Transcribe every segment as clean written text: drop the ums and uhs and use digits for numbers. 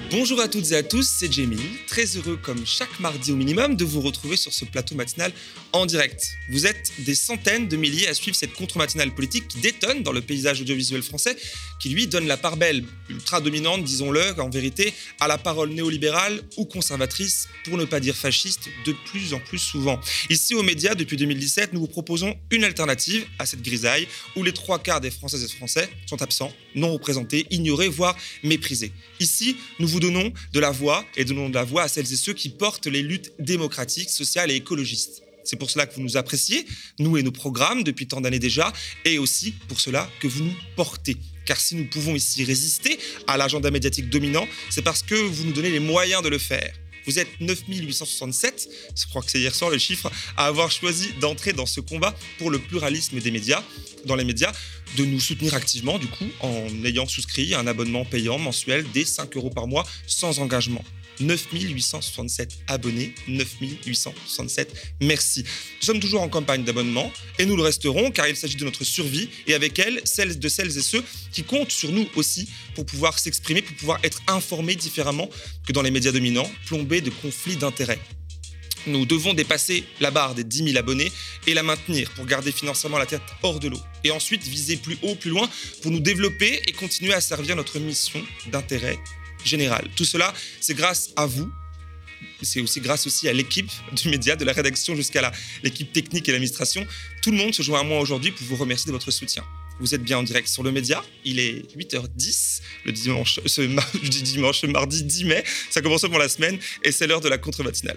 Bonjour à toutes et à tous, c'est Jamie, très heureux comme chaque mardi au minimum de vous retrouver sur ce plateau matinal en direct. Vous êtes des centaines de milliers à suivre cette contre-matinale politique qui détonne dans le paysage audiovisuel français, qui lui donne la part belle, ultra dominante, disons-le, en vérité, à la parole néolibérale ou conservatrice, pour ne pas dire fasciste, de plus en plus souvent. Ici aux médias, depuis 2017, nous vous proposons une alternative à cette grisaille où les 3/4 des Françaises et des Français sont absents, non représentés, ignorés, voire méprisés. Ici, nous vous donnons de la voix et donnons de la voix à celles et ceux qui portent les luttes démocratiques, sociales et écologistes. C'est pour cela que vous nous appréciez, nous et nos programmes, depuis tant d'années déjà, et aussi pour cela que vous nous portez. Car si nous pouvons ici résister à l'agenda médiatique dominant, c'est parce que vous nous donnez les moyens de le faire. Vous êtes 9867, je crois que c'est hier soir le chiffre, à avoir choisi d'entrer dans ce combat pour le pluralisme des médias, dans les médias, de nous soutenir activement, du coup, en ayant souscrit un abonnement payant mensuel dès 5 € par mois, sans engagement. 9867 abonnés, 9867, merci. Nous sommes toujours en campagne d'abonnement et nous le resterons car il s'agit de notre survie et avec elle, celles et ceux qui comptent sur nous aussi pour pouvoir s'exprimer, pour pouvoir être informés différemment que dans les médias dominants, plombés de conflits d'intérêts. Nous devons dépasser la barre des 10 000 abonnés et la maintenir pour garder financièrement la tête hors de l'eau. Et ensuite viser plus haut, plus loin pour nous développer et continuer à servir notre mission d'intérêt général. Tout cela, c'est grâce à vous. C'est aussi grâce à l'équipe du média, de la rédaction jusqu'à l'équipe technique et l'administration. Tout le monde se joint à moi aujourd'hui pour vous remercier de votre soutien. Vous êtes bien en direct sur le média. Il est 8h10, le mardi 10 mai. Ça commence pour la semaine et c'est l'heure de la contre-matinale.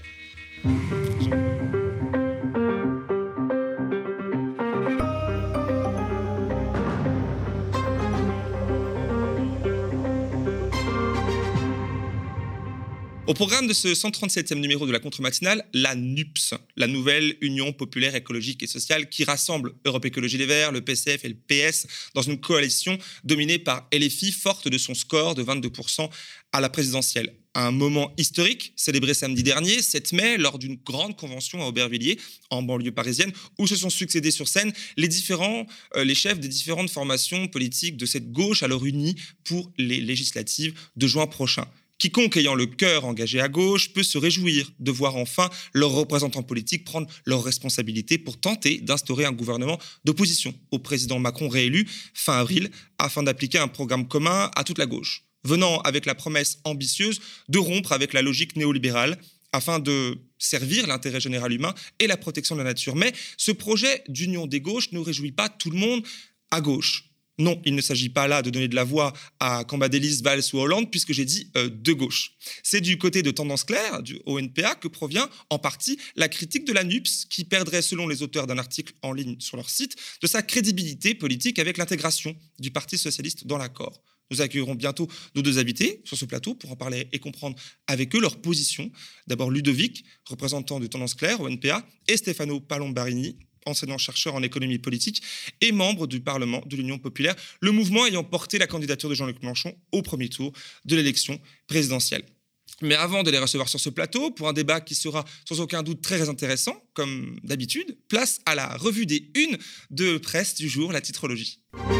Au programme de ce 137e numéro de la contre-matinale, la NUPS, la nouvelle Union populaire écologique et sociale qui rassemble Europe Écologie Les Verts, le PCF et le PS dans une coalition dominée par LFI, forte de son score de 22% à la présidentielle. Un moment historique célébré samedi dernier, 7 mai, lors d'une grande convention à Aubervilliers, en banlieue parisienne, où se sont succédés sur scène les chefs des différentes formations politiques de cette gauche alors unis pour les législatives de juin prochain. Quiconque ayant le cœur engagé à gauche peut se réjouir de voir enfin leurs représentants politiques prendre leurs responsabilités pour tenter d'instaurer un gouvernement d'opposition au président Macron réélu fin avril afin d'appliquer un programme commun à toute la gauche, venant avec la promesse ambitieuse de rompre avec la logique néolibérale afin de servir l'intérêt général humain et la protection de la nature. Mais ce projet d'union des gauches ne réjouit pas tout le monde à gauche. Non, il ne s'agit pas là de donner de la voix à Cambadélis, Valls ou Hollande, puisque j'ai dit de gauche. C'est du côté de Tendance Claire, du ONPA, que provient en partie la critique de la NUPS, qui perdrait, selon les auteurs d'un article en ligne sur leur site, de sa crédibilité politique avec l'intégration du Parti socialiste dans l'accord. Nous accueillerons bientôt nos deux invités sur ce plateau pour en parler et comprendre avec eux leur position. D'abord Ludovic, représentant de Tendance Claire, ONPA, et Stefano Palombarini, enseignant-chercheur en économie politique et membre du Parlement de l'Union populaire, le mouvement ayant porté la candidature de Jean-Luc Mélenchon au premier tour de l'élection présidentielle. Mais avant de les recevoir sur ce plateau, pour un débat qui sera sans aucun doute très intéressant, comme d'habitude, place à la revue des unes de presse du jour, la titrologie.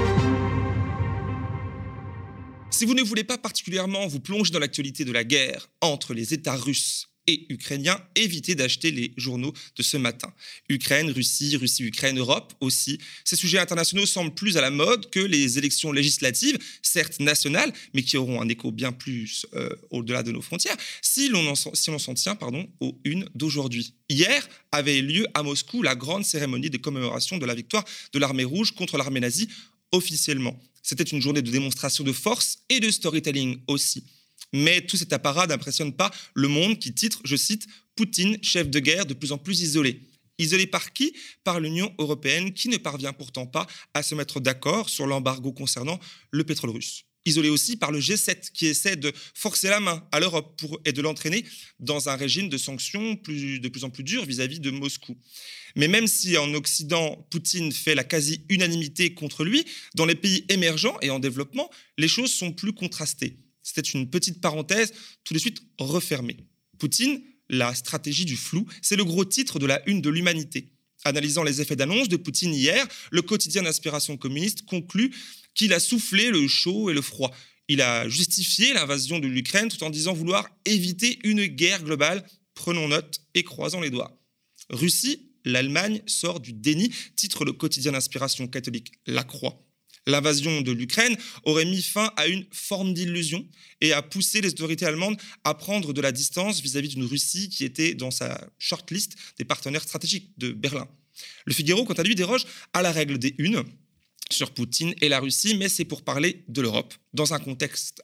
Si vous ne voulez pas particulièrement vous plonger dans l'actualité de la guerre entre les États russes et ukrainiens, évitez d'acheter les journaux de ce matin. Ukraine, Russie, Ukraine, Europe aussi. Ces sujets internationaux semblent plus à la mode que les élections législatives, certes nationales, mais qui auront un écho bien plus au-delà de nos frontières, si l'on s'en tient aux unes d'aujourd'hui. Hier avait lieu à Moscou la grande cérémonie de commémoration de la victoire de l'armée rouge contre l'armée nazie officiellement. C'était une journée de démonstration de force et de storytelling aussi. Mais tout cet apparat n'impressionne pas Le Monde qui titre, je cite, « Poutine, chef de guerre de plus en plus isolé ». Isolé par qui ? Par l'Union européenne qui ne parvient pourtant pas à se mettre d'accord sur l'embargo concernant le pétrole russe. Isolé aussi par le G7 qui essaie de forcer la main à l'Europe et de l'entraîner dans un régime de sanctions de plus en plus dur vis-à-vis de Moscou. Mais même si en Occident, Poutine fait la quasi-unanimité contre lui, dans les pays émergents et en développement, les choses sont plus contrastées. C'était une petite parenthèse, tout de suite refermée. Poutine, la stratégie du flou, c'est le gros titre de la une de l'Humanité. Analysant les effets d'annonce de Poutine hier, le quotidien d'inspiration communiste conclut qu'il a soufflé le chaud et le froid. Il a justifié l'invasion de l'Ukraine tout en disant vouloir éviter une guerre globale. Prenons note et croisons les doigts. Russie, l'Allemagne sort du déni, titre le quotidien d'inspiration catholique La Croix. L'invasion de l'Ukraine aurait mis fin à une forme d'illusion et a poussé les autorités allemandes à prendre de la distance vis-à-vis d'une Russie qui était dans sa shortlist des partenaires stratégiques de Berlin. Le Figaro, quant à lui, déroge à la règle des unes sur Poutine et la Russie, mais c'est pour parler de l'Europe, dans un contexte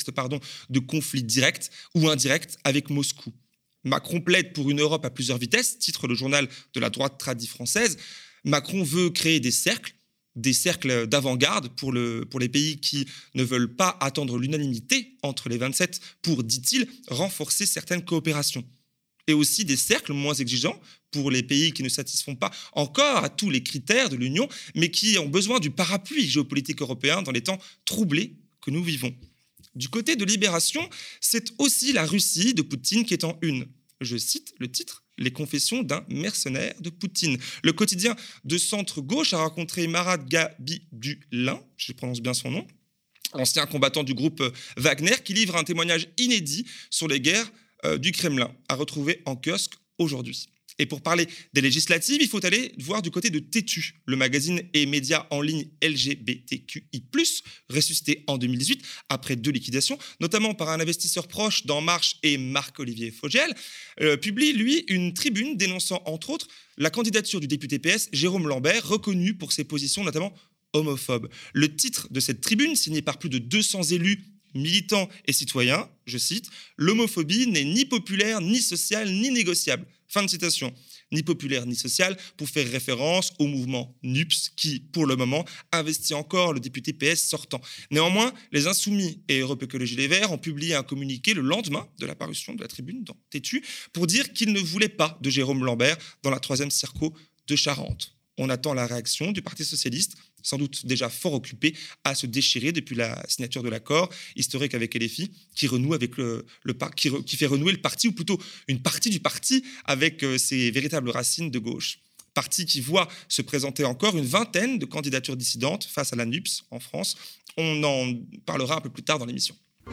de conflit direct ou indirect avec Moscou. Macron plaide pour une Europe à plusieurs vitesses, titre le journal de la droite tradie française. Macron veut créer des cercles d'avant-garde pour les pays qui ne veulent pas attendre l'unanimité entre les 27 pour, dit-il, renforcer certaines coopérations. Et aussi des cercles moins exigeants pour les pays qui ne satisfont pas encore à tous les critères de l'Union, mais qui ont besoin du parapluie géopolitique européen dans les temps troublés que nous vivons. Du côté de Libération, c'est aussi la Russie de Poutine qui est en une. Je cite le titre « Les confessions d'un mercenaire de Poutine ». Le quotidien de centre-gauche a rencontré Marat Gabidulin, je prononce bien son nom, ancien combattant du groupe Wagner, qui livre un témoignage inédit sur les guerres du Kremlin, à retrouver en kiosque aujourd'hui. Et pour parler des législatives, il faut aller voir du côté de Tétu, le magazine et média en ligne LGBTQI+, ressuscité en 2018 après 2 liquidations, notamment par un investisseur proche d'En Marche et Marc-Olivier Fogel, publie, lui, une tribune dénonçant, entre autres, la candidature du député PS Jérôme Lambert, reconnu pour ses positions notamment homophobes. Le titre de cette tribune, signée par plus de 200 élus militants et citoyens, je cite, « L'homophobie n'est ni populaire, ni sociale, ni négociable ». Fin de citation. Ni populaire, ni sociale, pour faire référence au mouvement NUPS qui, pour le moment, investit encore le député PS sortant. Néanmoins, les Insoumis et Europe Écologie Les Verts ont publié un communiqué le lendemain de la parution de la tribune dans Tétu pour dire qu'ils ne voulaient pas de Jérôme Lambert dans la 3e circo de Charente. On attend la réaction du Parti socialiste, sans doute déjà fort occupé à se déchirer depuis la signature de l'accord historique avec LFI, qui renoue avec qui fait renouer le parti, ou plutôt une partie du parti, avec ses véritables racines de gauche. Parti qui voit se présenter encore une vingtaine de candidatures dissidentes face à la NUPS en France. On en parlera un peu plus tard dans l'émission.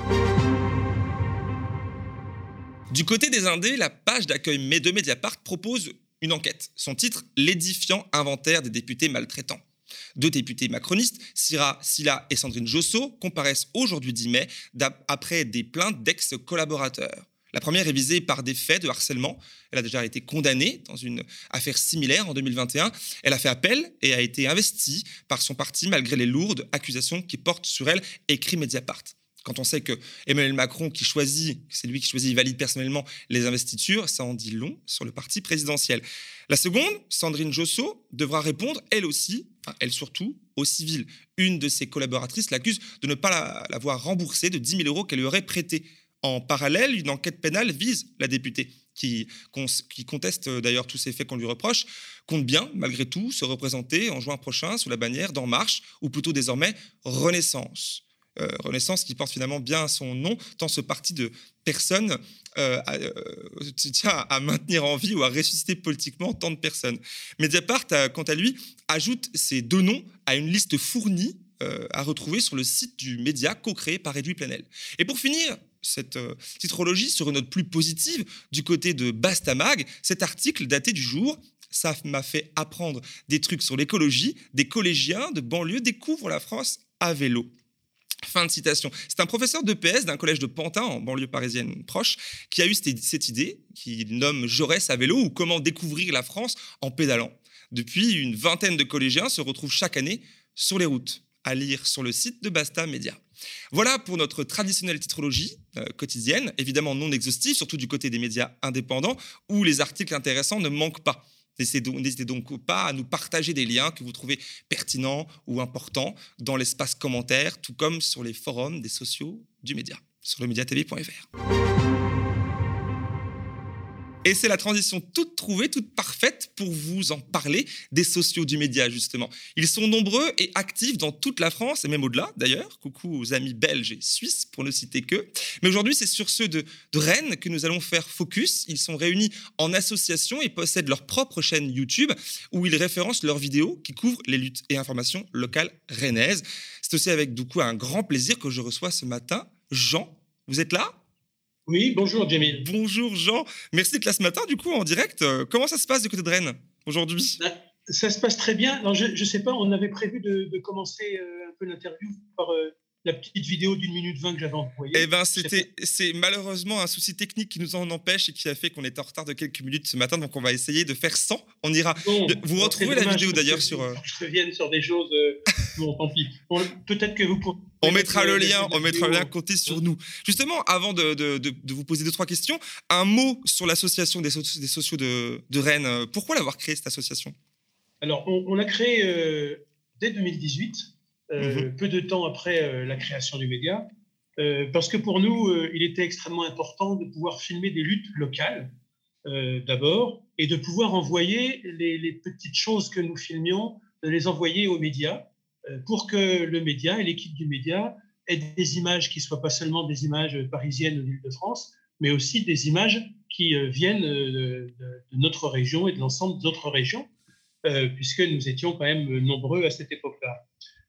Du côté des indés, la page d'accueil de Mediapart propose une enquête. Son titre, « L'édifiant inventaire des députés maltraitants ». 2 députés macronistes, Silla et Sandrine Josso, comparaissent aujourd'hui 10 mai après des plaintes d'ex-collaborateurs. La première est visée par des faits de harcèlement. Elle a déjà été condamnée dans une affaire similaire en 2021. Elle a fait appel et a été investie par son parti malgré les lourdes accusations qui portent sur elle, écrit Mediapart. Quand on sait que Emmanuel Macron, c'est lui qui choisit, il valide personnellement les investitures, ça en dit long sur le parti présidentiel. La seconde, Sandrine Josso, devra répondre, elle surtout, au civil. Une de ses collaboratrices l'accuse de ne pas l'avoir remboursée de 10 000 € qu'elle lui aurait prêté. En parallèle, une enquête pénale vise la députée, qui conteste d'ailleurs tous ces faits qu'on lui reproche, compte bien, malgré tout, se représenter en juin prochain sous la bannière d'En Marche, ou plutôt désormais Renaissance. Renaissance qui porte finalement bien son nom, tant ce parti de personnes tient à maintenir en vie ou à ressusciter politiquement tant de personnes. Mediapart, quant à lui, ajoute ces 2 noms à une liste fournie à retrouver sur le site du média co-créé par Edoui Plenel. Et pour finir cette titrologie sur une note plus positive, du côté de Bastamag, cet article daté du jour, ça m'a fait apprendre des trucs sur l'écologie, des collégiens de banlieue découvrent la France à vélo. Fin de citation. C'est un professeur d'EPS d'un collège de Pantin, en banlieue parisienne proche, qui a eu cette idée, qu'il nomme Jaurès à vélo, ou comment découvrir la France en pédalant. Depuis, une vingtaine de collégiens se retrouvent chaque année sur les routes, à lire sur le site de Basta Média. Voilà pour notre traditionnelle titrologie quotidienne, évidemment non exhaustive, surtout du côté des médias indépendants, où les articles intéressants ne manquent pas. N'hésitez donc pas à nous partager des liens que vous trouvez pertinents ou importants dans l'espace commentaire, tout comme sur les forums des sociaux du média, sur lemediatv.fr. Et c'est la transition toute trouvée, toute parfaite pour vous en parler des sociaux du média, justement. Ils sont nombreux et actifs dans toute la France, et même au-delà, d'ailleurs. Coucou aux amis belges et suisses, pour ne citer que. Mais aujourd'hui, c'est sur ceux de Rennes que nous allons faire focus. Ils sont réunis en association et possèdent leur propre chaîne YouTube, où ils référencent leurs vidéos qui couvrent les luttes et informations locales rennaises. C'est aussi avec, du coup, un grand plaisir que je reçois ce matin Jean. Vous êtes là ? Oui, bonjour Jamil. Bonjour Jean, merci d'être là ce matin du coup en direct. Comment ça se passe du côté de Rennes aujourd'hui ? Ça se passe très bien. Alors, je ne sais pas, on avait prévu de commencer un peu l'interview par la petite vidéo d'1 minute 20 que j'avais envoyée. Eh bien, c'est malheureusement un souci technique qui nous en empêche et qui a fait qu'on est en retard de quelques minutes ce matin, donc on va essayer de faire sans. On ira. Vous retrouvez la vidéo d'ailleurs sur. Je revienne sur des choses. Bon, tant pis. Peut-être que vous pourrez. On mettra le lien, comptez sur nous. Justement, avant de vous poser 2-3 questions, un mot sur l'association des sociaux de Rennes. Pourquoi l'avoir créée cette association ? Alors, on l'a créée dès 2018. Peu de temps après la création du média, parce que pour nous, il était extrêmement important de pouvoir filmer des luttes locales, d'abord, et de pouvoir envoyer les petites choses que nous filmions, de les envoyer aux médias, pour que le média et l'équipe du média aient des images qui ne soient pas seulement des images parisiennes de l'Île-de-France, mais aussi des images qui viennent de notre région et de l'ensemble des autres régions, puisque nous étions quand même nombreux à cette époque-là.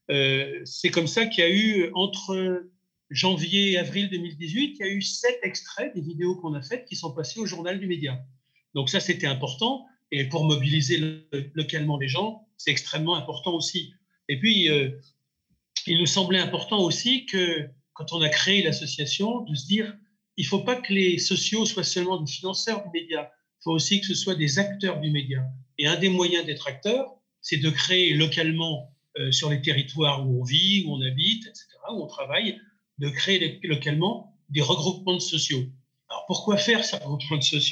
C'est comme ça qu'il y a eu, entre janvier et avril 2018, il y a eu 7 extraits des vidéos qu'on a faites qui sont passés au journal du média. Donc ça, c'était important. Et pour mobiliser localement les gens, c'est extrêmement important aussi. Et puis, il nous semblait important aussi que, quand on a créé l'association, de se dire, il ne faut pas que les sociaux soient seulement des financeurs du média. Il faut aussi que ce soit des acteurs du média. Et un des moyens d'être acteur, c'est de créer localement sur les territoires où on vit, où on habite, etc., où on travaille, de créer localement des regroupements de sociaux. Alors, pourquoi faire ces regroupements de sociaux ?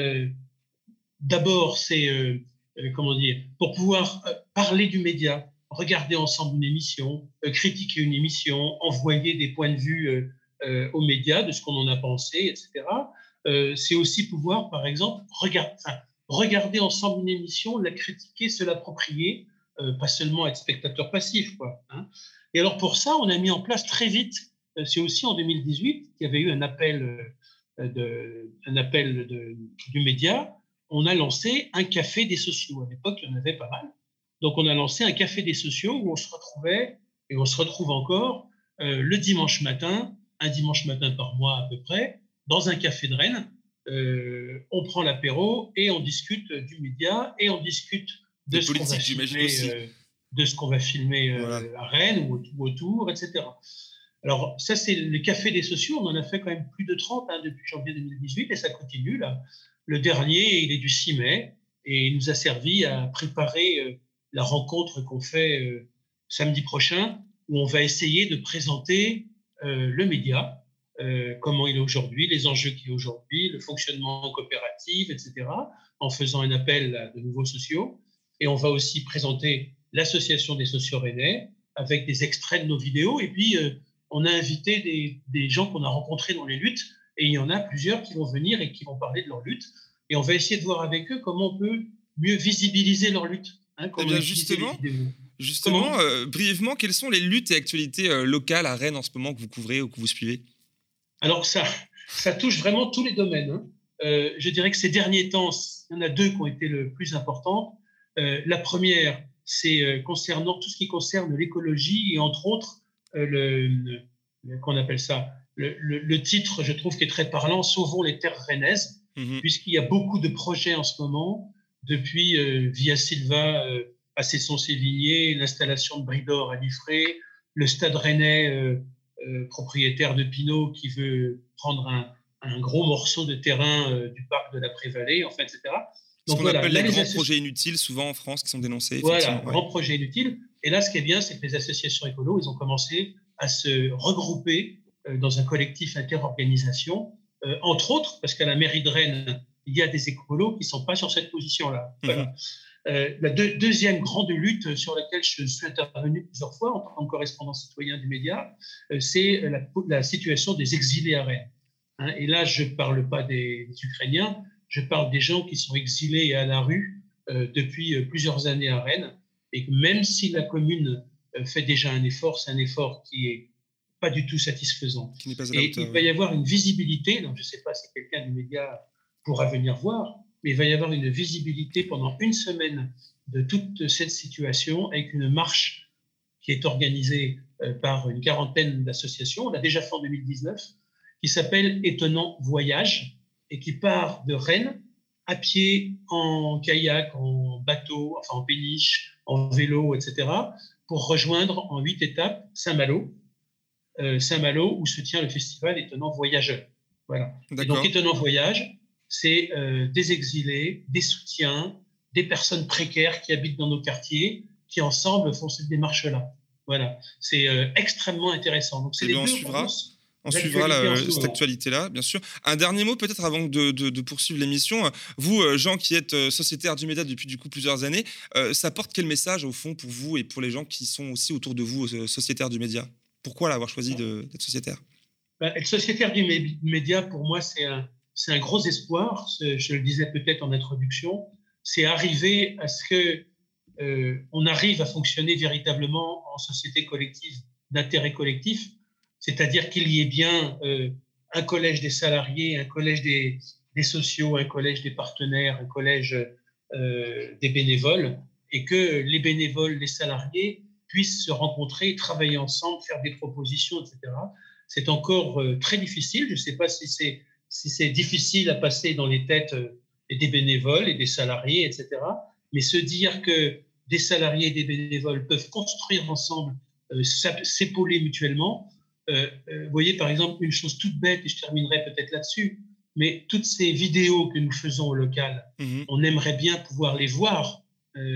D'abord, c'est, pour pouvoir parler du média, regarder ensemble une émission, critiquer une émission, envoyer des points de vue aux médias de ce qu'on en a pensé, etc. C'est aussi pouvoir, par exemple, regarder ensemble une émission, la critiquer, se l'approprier, pas seulement être spectateur passif, quoi, hein. Et alors pour ça, on a mis en place très vite, c'est aussi en 2018 qu'il y avait eu un appel du média. On a lancé un café des sociaux. À l'époque, il y en avait pas mal. Donc on a lancé un café des sociaux où on se retrouvait, et on se retrouve encore, le dimanche matin, un dimanche matin par mois à peu près, dans un café de Rennes. On prend l'apéro et on discute du média et on discute de ce qu'on va filmer voilà, à Rennes ou autour, etc. Alors, ça, c'est le café des sociaux. On en a fait quand même plus de 30 depuis janvier 2018 et ça continue, là. Le dernier, il est du 6 mai et il nous a servi à préparer la rencontre qu'on fait samedi prochain, où on va essayer de présenter le média, comment il est aujourd'hui, les enjeux qu'il y a aujourd'hui, le fonctionnement coopératif, etc., en faisant un appel à de nouveaux sociaux. Et on va aussi présenter l'association des sociaux rennais avec des extraits de nos vidéos. Et puis, on a invité des gens qu'on a rencontrés dans les luttes. Et il y en a plusieurs qui vont venir et qui vont parler de leur lutte. Et on va essayer de voir avec eux comment on peut mieux visibiliser leur lutte. Eh bien, justement brièvement, quelles sont les luttes et actualités locales à Rennes en ce moment que vous couvrez ou que vous suivez ? Alors, ça touche vraiment tous les domaines, hein. Je dirais que ces derniers temps, il y en a 2 qui ont été le plus importantes. La première, c'est concernant tout ce qui concerne l'écologie et entre autres, qu'on appelle ça, le titre, je trouve, qui est très parlant, Sauvons les terres rennaises, puisqu'il y a beaucoup de projets en ce moment, depuis Via Silva à Cesson-Sévigné, l'installation de Bridor à Liffré, le Stade Rennais, propriétaire de Pinot, qui veut prendre un gros morceau de terrain du parc de la Prévallée, enfin, etc. Donc, ce qu'on appelle les grands projets inutiles, souvent en France, qui sont dénoncés. Voilà, grands projets inutiles. Et là, ce qui est bien, c'est que les associations écolos, ils ont commencé à se regrouper dans un collectif interorganisation, entre autres, parce qu'à la mairie de Rennes, il y a des écolos qui ne sont pas sur cette position-là. Voilà. La deuxième grande lutte sur laquelle je suis intervenu plusieurs fois en tant que correspondant citoyen du média, c'est la situation des exilés à Rennes. Et là, je ne parle pas des Ukrainiens, Je parle des gens qui sont exilés et à la rue depuis plusieurs années à Rennes. Et que même si la commune fait déjà un effort, c'est un effort qui est pas du tout satisfaisant. Qui n'est pas à la hauteur, il va y avoir une visibilité, donc je ne sais pas si quelqu'un du média pourra venir voir, mais il va y avoir une visibilité pendant une semaine de toute cette situation avec une marche qui est organisée par une quarantaine d'associations. On l'a déjà fait en 2019, qui s'appelle Étonnant Voyage et qui part de Rennes à pied, en kayak, en bateau, enfin en péniche, en vélo, etc., pour rejoindre en 8 étapes Saint-Malo, où se tient le festival Étonnant Voyageurs. Voilà. Et donc Étonnant Voyage, c'est des exilés, des soutiens, des personnes précaires qui habitent dans nos quartiers, qui ensemble font cette démarche-là. Voilà, c'est extrêmement intéressant. Donc c'est les deux grosses. On suivra cette actualité-là, bien sûr. Un dernier mot peut-être avant de poursuivre l'émission. Vous, Jean, qui êtes sociétaire du média depuis du coup plusieurs années, ça porte quel message au fond pour vous et pour les gens qui sont aussi autour de vous, sociétaires du média? Pourquoi avoir choisi d'être sociétaire? Être sociétaire du média, pour moi, c'est un gros espoir. Je le disais peut-être en introduction. C'est arriver à ce que on arrive à fonctionner véritablement en société collective, d'intérêt collectif. C'est-à-dire qu'il y ait bien un collège des salariés, un collège des sociaux, un collège des partenaires, un collège des bénévoles, et que les bénévoles, les salariés puissent se rencontrer, travailler ensemble, faire des propositions, etc. C'est encore très difficile. Je ne sais pas si c'est difficile à passer dans les têtes des bénévoles et des salariés, etc. Mais se dire que des salariés et des bénévoles peuvent construire ensemble, s'épauler mutuellement. Vous voyez, par exemple, une chose toute bête, et je terminerai peut-être là-dessus, mais toutes ces vidéos que nous faisons au local, on aimerait bien pouvoir les voir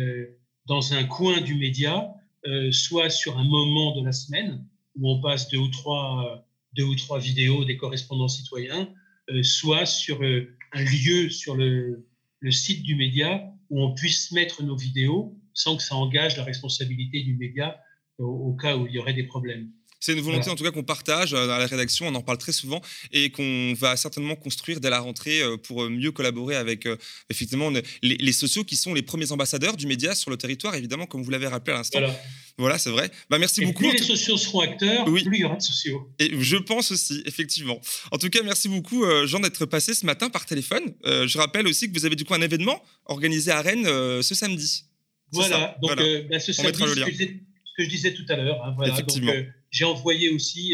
dans un coin du média, soit sur un moment de la semaine, où on passe deux ou trois vidéos des correspondants citoyens, soit sur un lieu sur le site du média, où on puisse mettre nos vidéos sans que ça engage la responsabilité du média au cas où il y aurait des problèmes. C'est une volonté en tout cas qu'on partage à la rédaction, on en parle très souvent et qu'on va certainement construire dès la rentrée pour mieux collaborer avec effectivement les sociaux qui sont les premiers ambassadeurs du média sur le territoire, évidemment, comme vous l'avez rappelé à l'instant. Voilà, c'est vrai. Merci beaucoup. Plus les sociaux seront acteurs, plus il y aura de sociaux. Et je pense aussi, effectivement. En tout cas, merci beaucoup, Jean, d'être passé ce matin par téléphone. Je rappelle aussi que vous avez du coup un événement organisé à Rennes ce samedi. Voilà, donc ce samedi, ce que je disais tout à l'heure. Hein, voilà. Effectivement. Donc, j'ai envoyé aussi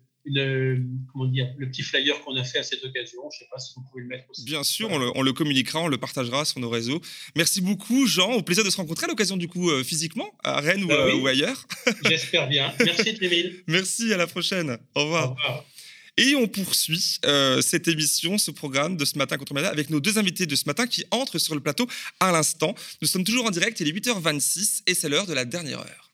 le petit flyer qu'on a fait à cette occasion. Je ne sais pas si vous pouvez le mettre aussi. Bien sûr, on le communiquera, on le partagera sur nos réseaux. Merci beaucoup, Jean. Au plaisir de se rencontrer à l'occasion, du coup, physiquement, à Rennes ou ailleurs. J'espère bien. Merci, Émile. Merci, à la prochaine. Au revoir. Au revoir. Et on poursuit cette émission, ce programme de ce matin contre média avec nos deux invités de ce matin qui entrent sur le plateau à l'instant. Nous sommes toujours en direct, il est 8h26 et c'est l'heure de la dernière heure.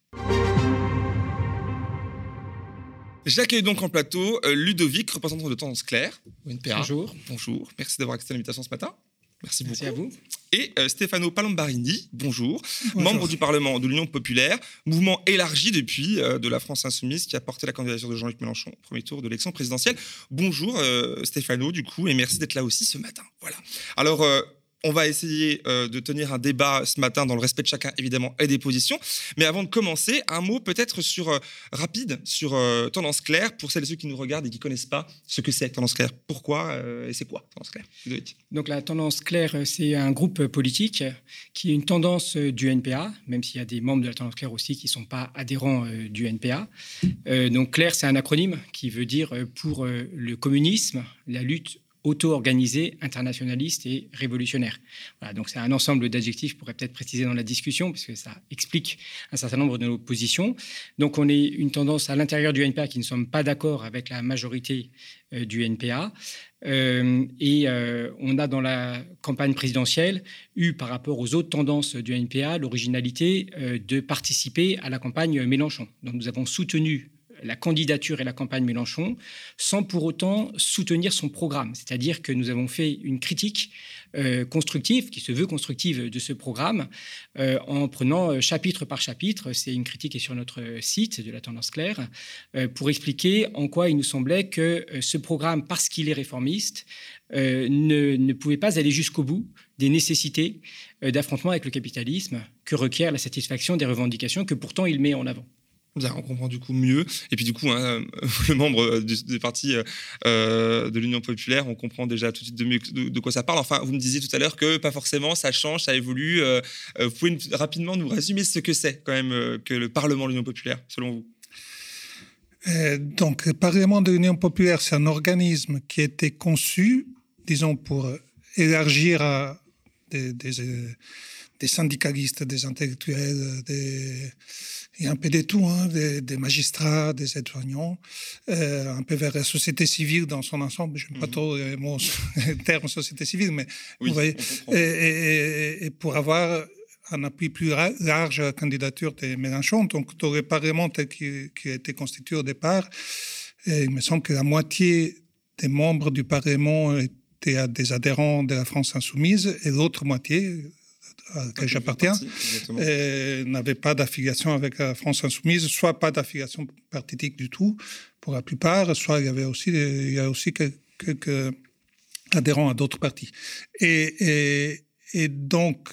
J'accueille donc en plateau Ludovic, représentant de Tendance Claire. UNPA. Bonjour, merci d'avoir accepté l'invitation ce matin. Merci beaucoup. Merci à vous. Et Stefano Palombarini, bonjour, membre du Parlement de l'Union populaire, mouvement élargi depuis de la France insoumise qui a porté la candidature de Jean-Luc Mélenchon au premier tour de l'élection présidentielle. Bonjour Stefano, du coup, et merci d'être là aussi ce matin. Voilà. Alors, on va essayer de tenir un débat ce matin dans le respect de chacun, évidemment, et des positions. Mais avant de commencer, un mot peut-être rapide sur Tendance Claire, pour celles et ceux qui nous regardent et qui ne connaissent pas ce que c'est Tendance Claire. Pourquoi et c'est quoi Tendance Claire? Donc la Tendance Claire, c'est un groupe politique qui est une tendance du NPA, même s'il y a des membres de la Tendance Claire aussi qui ne sont pas adhérents du NPA. Donc Claire, c'est un acronyme qui veut dire pour le communisme, la lutte auto-organisé, internationaliste et révolutionnaire. Voilà, donc c'est un ensemble d'adjectifs, je pourrais peut-être préciser dans la discussion, parce que ça explique un certain nombre de nos positions. Donc on est une tendance à l'intérieur du NPA qui ne sommes pas d'accord avec la majorité du NPA. On a dans la campagne présidentielle eu, par rapport aux autres tendances du NPA, l'originalité de participer à la campagne Mélenchon. Donc nous avons soutenu la candidature et la campagne Mélenchon sans pour autant soutenir son programme. C'est-à-dire que nous avons fait une critique constructive, qui se veut constructive, de ce programme en prenant chapitre par chapitre. C'est une critique qui est sur notre site de la Tendance Claire pour expliquer en quoi il nous semblait que ce programme, parce qu'il est réformiste, ne pouvait pas aller jusqu'au bout des nécessités d'affrontement avec le capitalisme que requiert la satisfaction des revendications que pourtant il met en avant. Bien, on comprend du coup mieux. Et puis du coup, le membre du parti de l'Union populaire, on comprend déjà tout de suite de mieux de quoi ça parle. Enfin, vous me disiez tout à l'heure que pas forcément, ça change, ça évolue. Vous pouvez rapidement nous résumer ce que c'est quand même que le Parlement de l'Union populaire, selon vous? Donc, le Parlement de l'Union populaire, c'est un organisme qui a été conçu, disons, pour élargir à des syndicalistes, des intellectuels, il y a un peu de tout, des magistrats, des aides-soignants, un peu vers la société civile dans son ensemble. Je n'aime pas trop le terme société civile, mais oui, vous voyez, et pour avoir un appui plus large à la candidature de Mélenchon. Donc, dans le Parlement tel qu'il a été constitué au départ, il me semble que la moitié des membres du Parlement étaient des adhérents de la France insoumise et l'autre moitié, à laquelle j'appartiens, n'avait pas d'affiliation avec la France insoumise, soit pas d'affiliation partitique du tout pour la plupart, soit il y a aussi quelques adhérents à d'autres partis. Et donc,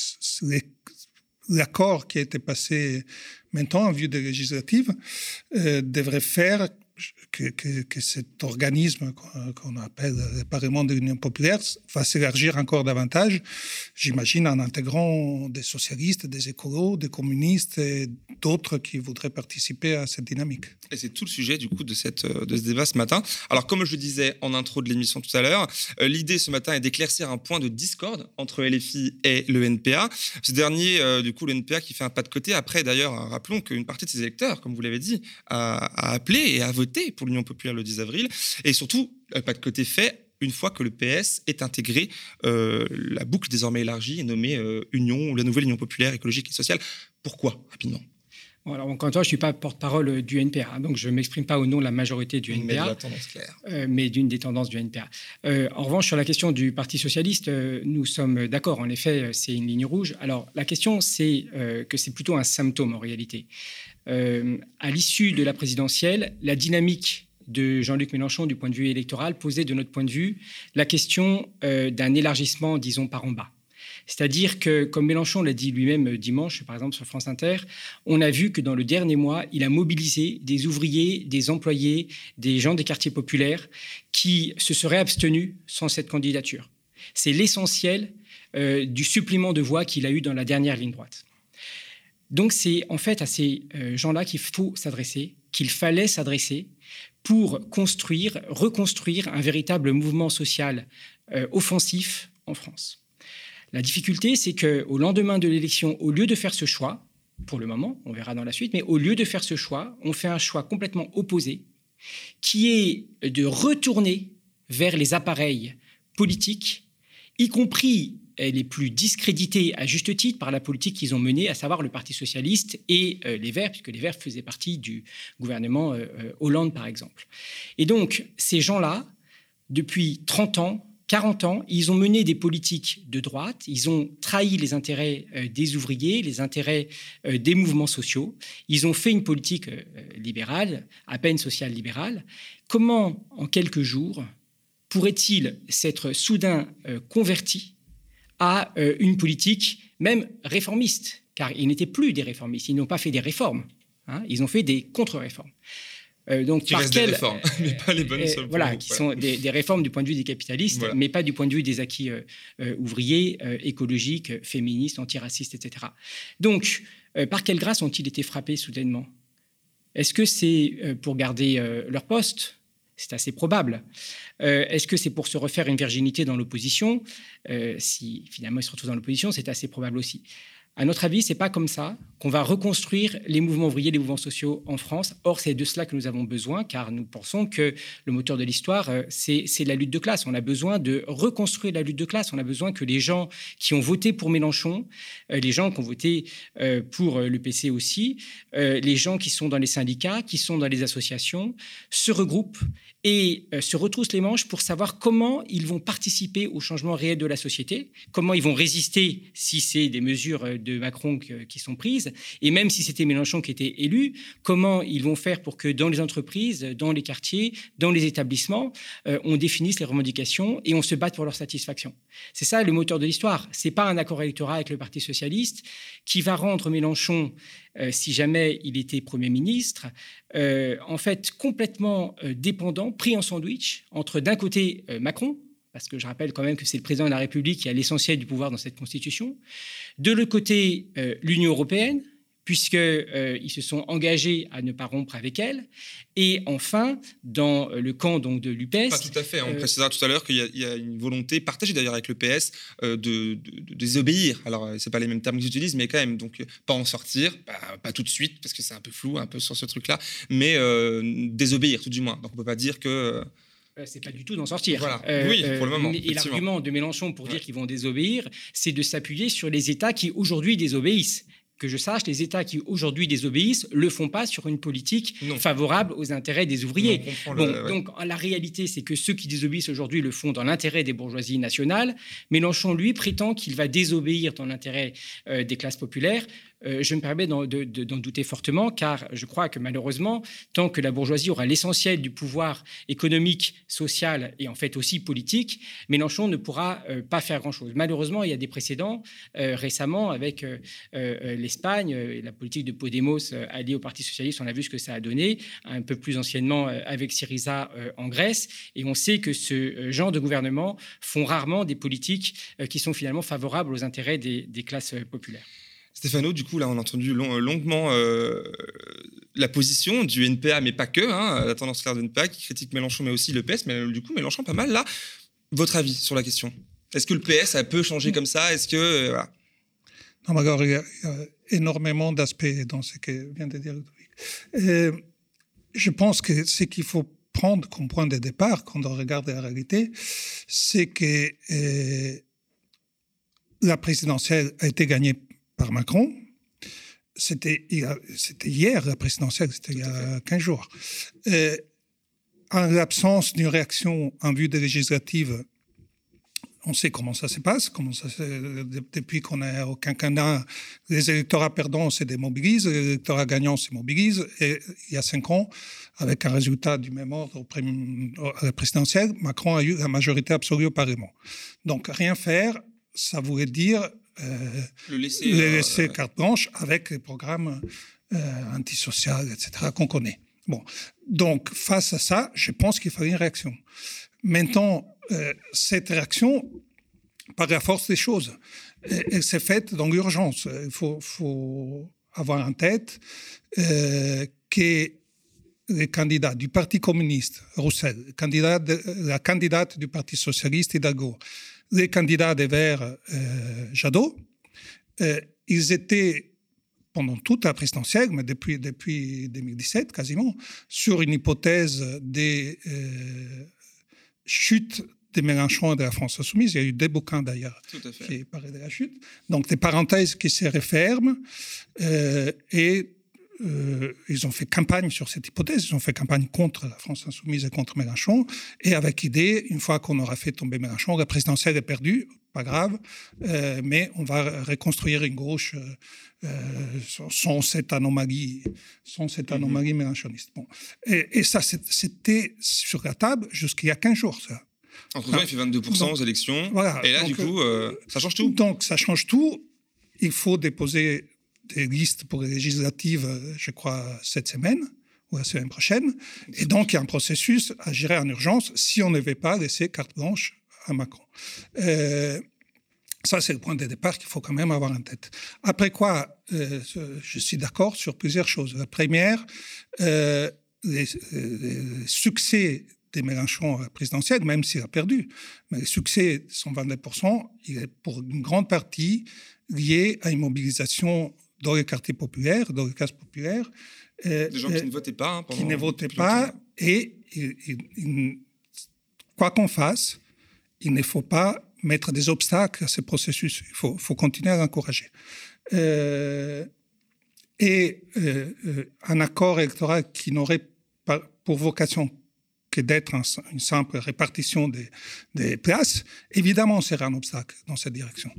l'accord qui a été passé maintenant en vue des législatives devrait faire que cet organisme qu'on appelle le Parlement de l'Union populaire va s'élargir encore davantage, j'imagine, en intégrant des socialistes, des écolos, des communistes et d'autres qui voudraient participer à cette dynamique. Et c'est tout le sujet du coup de ce débat ce matin. Alors, comme je le disais en intro de l'émission tout à l'heure, l'idée ce matin est d'éclaircir un point de discorde entre LFI et le NPA. Ce dernier, du coup, le NPA qui fait un pas de côté. Après, d'ailleurs, rappelons qu'une partie de ses électeurs, comme vous l'avez dit, a appelé et a voté pour l'Union populaire le 10 avril. Et surtout, pas de côté fait une fois que le PS est intégré, la boucle désormais élargie est nommée Union, ou la nouvelle Union populaire écologique et sociale. Pourquoi, rapidement? Bon, alors, encore une fois, je ne suis pas porte-parole du NPA, donc je ne m'exprime pas au nom de la majorité du NPA, mais de la tendance claire. Mais d'une des tendances du NPA. En revanche, sur la question du Parti socialiste, nous sommes d'accord. En effet, c'est une ligne rouge. Alors, la question, c'est que c'est plutôt un symptôme, en réalité. À l'issue de la présidentielle, la dynamique de Jean-Luc Mélenchon du point de vue électoral posait, de notre point de vue, la question d'un élargissement, disons, par en bas. C'est-à-dire que, comme Mélenchon l'a dit lui-même dimanche, par exemple, sur France Inter, on a vu que dans le dernier mois, il a mobilisé des ouvriers, des employés, des gens des quartiers populaires qui se seraient abstenus sans cette candidature. C'est l'essentiel du supplément de voix qu'il a eu dans la dernière ligne droite. Donc c'est en fait à ces gens-là qu'il faut s'adresser, qu'il fallait s'adresser pour reconstruire un véritable mouvement social offensif en France. La difficulté, c'est qu'au lendemain de l'élection, au lieu de faire ce choix, pour le moment, on verra dans la suite, mais au lieu de faire ce choix, on fait un choix complètement opposé, qui est de retourner vers les appareils politiques, y compris les plus discrédités à juste titre par la politique qu'ils ont menée, à savoir le Parti socialiste et les Verts, puisque les Verts faisaient partie du gouvernement Hollande, par exemple. Et donc, ces gens-là, depuis 30 ans, 40 ans, ils ont mené des politiques de droite, ils ont trahi les intérêts des ouvriers, les intérêts des mouvements sociaux, ils ont fait une politique libérale, à peine sociale libérale. Comment, en quelques jours, pourrait-il s'être soudain converti à une politique même réformiste? Car ils n'étaient plus des réformistes, ils n'ont pas fait des réformes, ils ont fait des contre-réformes. Donc, qui restent des réformes, mais pas les bonnes. Voilà, qui sont des réformes du point de vue des capitalistes, voilà, mais pas du point de vue des acquis ouvriers, écologiques, féministes, antiracistes, etc. Donc, par quelle grâce ont-ils été frappés soudainement? Est-ce que c'est pour garder leur poste? C'est assez probable. Est-ce que c'est pour se refaire une virginité dans l'opposition? Si finalement ils se retrouvent dans l'opposition, c'est assez probable aussi. À notre avis, ce n'est pas comme ça qu'on va reconstruire les mouvements ouvriers, les mouvements sociaux en France. Or, c'est de cela que nous avons besoin, car nous pensons que le moteur de l'histoire, c'est la lutte de classe. On a besoin de reconstruire la lutte de classe. On a besoin que les gens qui ont voté pour Mélenchon, les gens qui ont voté pour le PC aussi, les gens qui sont dans les syndicats, qui sont dans les associations, se regroupent et se retroussent les manches pour savoir comment ils vont participer au changement réel de la société, comment ils vont résister si c'est des mesures de Macron qui sont prises, et même si c'était Mélenchon qui était élu, comment ils vont faire pour que dans les entreprises, dans les quartiers, dans les établissements, on définisse les revendications et on se batte pour leur satisfaction. C'est ça le moteur de l'histoire. Ce n'est pas un accord électoral avec le Parti socialiste qui va rendre Mélenchon, si jamais il était Premier ministre, en fait complètement dépendant, pris en sandwich entre d'un côté Macron, parce que je rappelle quand même que c'est le président de la République qui a l'essentiel du pouvoir dans cette Constitution. De l'autre côté, l'Union européenne, puisqu'ils se sont engagés à ne pas rompre avec elle. Et enfin, dans le camp donc, de l'UPS... Pas tout à fait. On précisera tout à l'heure qu'il y a une volonté partagée d'ailleurs avec le PS de désobéir. Alors, ce n'est pas les mêmes termes qu'ils utilisent, mais quand même, donc pas en sortir, pas tout de suite, parce que c'est un peu flou, un peu sur ce truc-là, mais désobéir tout du moins. Donc, on ne peut pas dire que... c'est pas du tout d'en sortir. Voilà. Oui, pour le moment. Et l'argument de Mélenchon pour dire qu'ils vont désobéir, c'est de s'appuyer sur les États qui aujourd'hui désobéissent. Que je sache, les États qui aujourd'hui désobéissent ne le font pas sur une politique favorable aux intérêts des ouvriers. Donc, la réalité, c'est que ceux qui désobéissent aujourd'hui le font dans l'intérêt des bourgeoisies nationales. Mélenchon, lui, prétend qu'il va désobéir dans l'intérêt des classes populaires. Je me permets d'en douter fortement, car je crois que malheureusement, tant que la bourgeoisie aura l'essentiel du pouvoir économique, social et en fait aussi politique, Mélenchon ne pourra pas faire grand-chose. Malheureusement, il y a des précédents récemment avec l'Espagne et la politique de Podemos alliée au Parti socialiste. On a vu ce que ça a donné, un peu plus anciennement avec Syriza en Grèce. Et on sait que ce genre de gouvernement font rarement des politiques qui sont finalement favorables aux intérêts des classes populaires. Stéphano, du coup, là, on a entendu longuement la position du NPA, mais pas que, la tendance claire de NPA qui critique Mélenchon, mais aussi le PS. Mais du coup, Mélenchon, pas mal. Là, votre avis sur la question? Est-ce que le PS, ça peut changer comme ça? Est-ce que... voilà. Non, mais alors, il y a énormément d'aspects dans ce que vient de dire Ludovic. Je pense que ce qu'il faut prendre comme point de départ quand on regarde la réalité, c'est que la présidentielle a été gagnée par Macron. C'était hier, la présidentielle, c'était il y a 15 jours. En l'absence d'une réaction en vue des législatives, on sait comment ça se passe, depuis qu'on est au quinquennat, les électorats perdants se démobilisent, les électorats gagnants se mobilisent, et il y a 5 ans, avec un résultat du même ordre à la présidentielle, Macron a eu la majorité absolue au Parlement. Donc rien faire, ça voulait dire le laisser carte blanche avec les programmes antisociaux, etc., qu'on connaît. Bon. Donc face à ça, je pense qu'il fallait une réaction. Maintenant, cette réaction, par la force des choses, elle s'est faite dans l'urgence. Il faut avoir en tête que les candidats du Parti communiste, Roussel, la candidate du Parti socialiste, Hidalgo, les candidats des Verts, Jadot, ils étaient, pendant toute la présidentielle, mais depuis 2017 quasiment, sur une hypothèse des chutes de Mélenchon et de la France insoumise. Il y a eu des bouquins d'ailleurs qui parlaient de la chute. Donc des parenthèses qui se referment et ils ont fait campagne sur cette hypothèse. Ils ont fait campagne contre la France insoumise et contre Mélenchon. Et avec l'idée, une fois qu'on aura fait tomber Mélenchon, la présidentielle est perdue, pas grave, mais on va reconstruire une gauche sans cette anomalie mélenchoniste. Bon. Et ça, c'était sur la table jusqu'il y a 15 jours, ça. Entre-temps, il fait 22% aux élections. Voilà, et là, donc, du coup, ça change tout. Donc, ça change tout. Il faut déposer des listes pour les législatives, je crois, cette semaine ou la semaine prochaine. Et donc, il y a un processus à gérer en urgence si on ne veut pas laisser carte blanche à Macron. Ça, c'est le point de départ qu'il faut quand même avoir en tête. Après quoi, je suis d'accord sur plusieurs choses. La première, les succès de Mélenchon présidentiel, même s'il a perdu. Mais le succès de son 22%, il est pour une grande partie lié à une mobilisation dans les quartiers populaires, dans les classes populaires. Des gens qui ne votaient pas. Qui ne votaient pas. Et quoi qu'on fasse, il ne faut pas mettre des obstacles à ce processus. Il faut continuer à l'encourager. Un accord électoral qui n'aurait pas pour vocation que d'être une simple répartition des places, évidemment, serait un obstacle dans cette direction.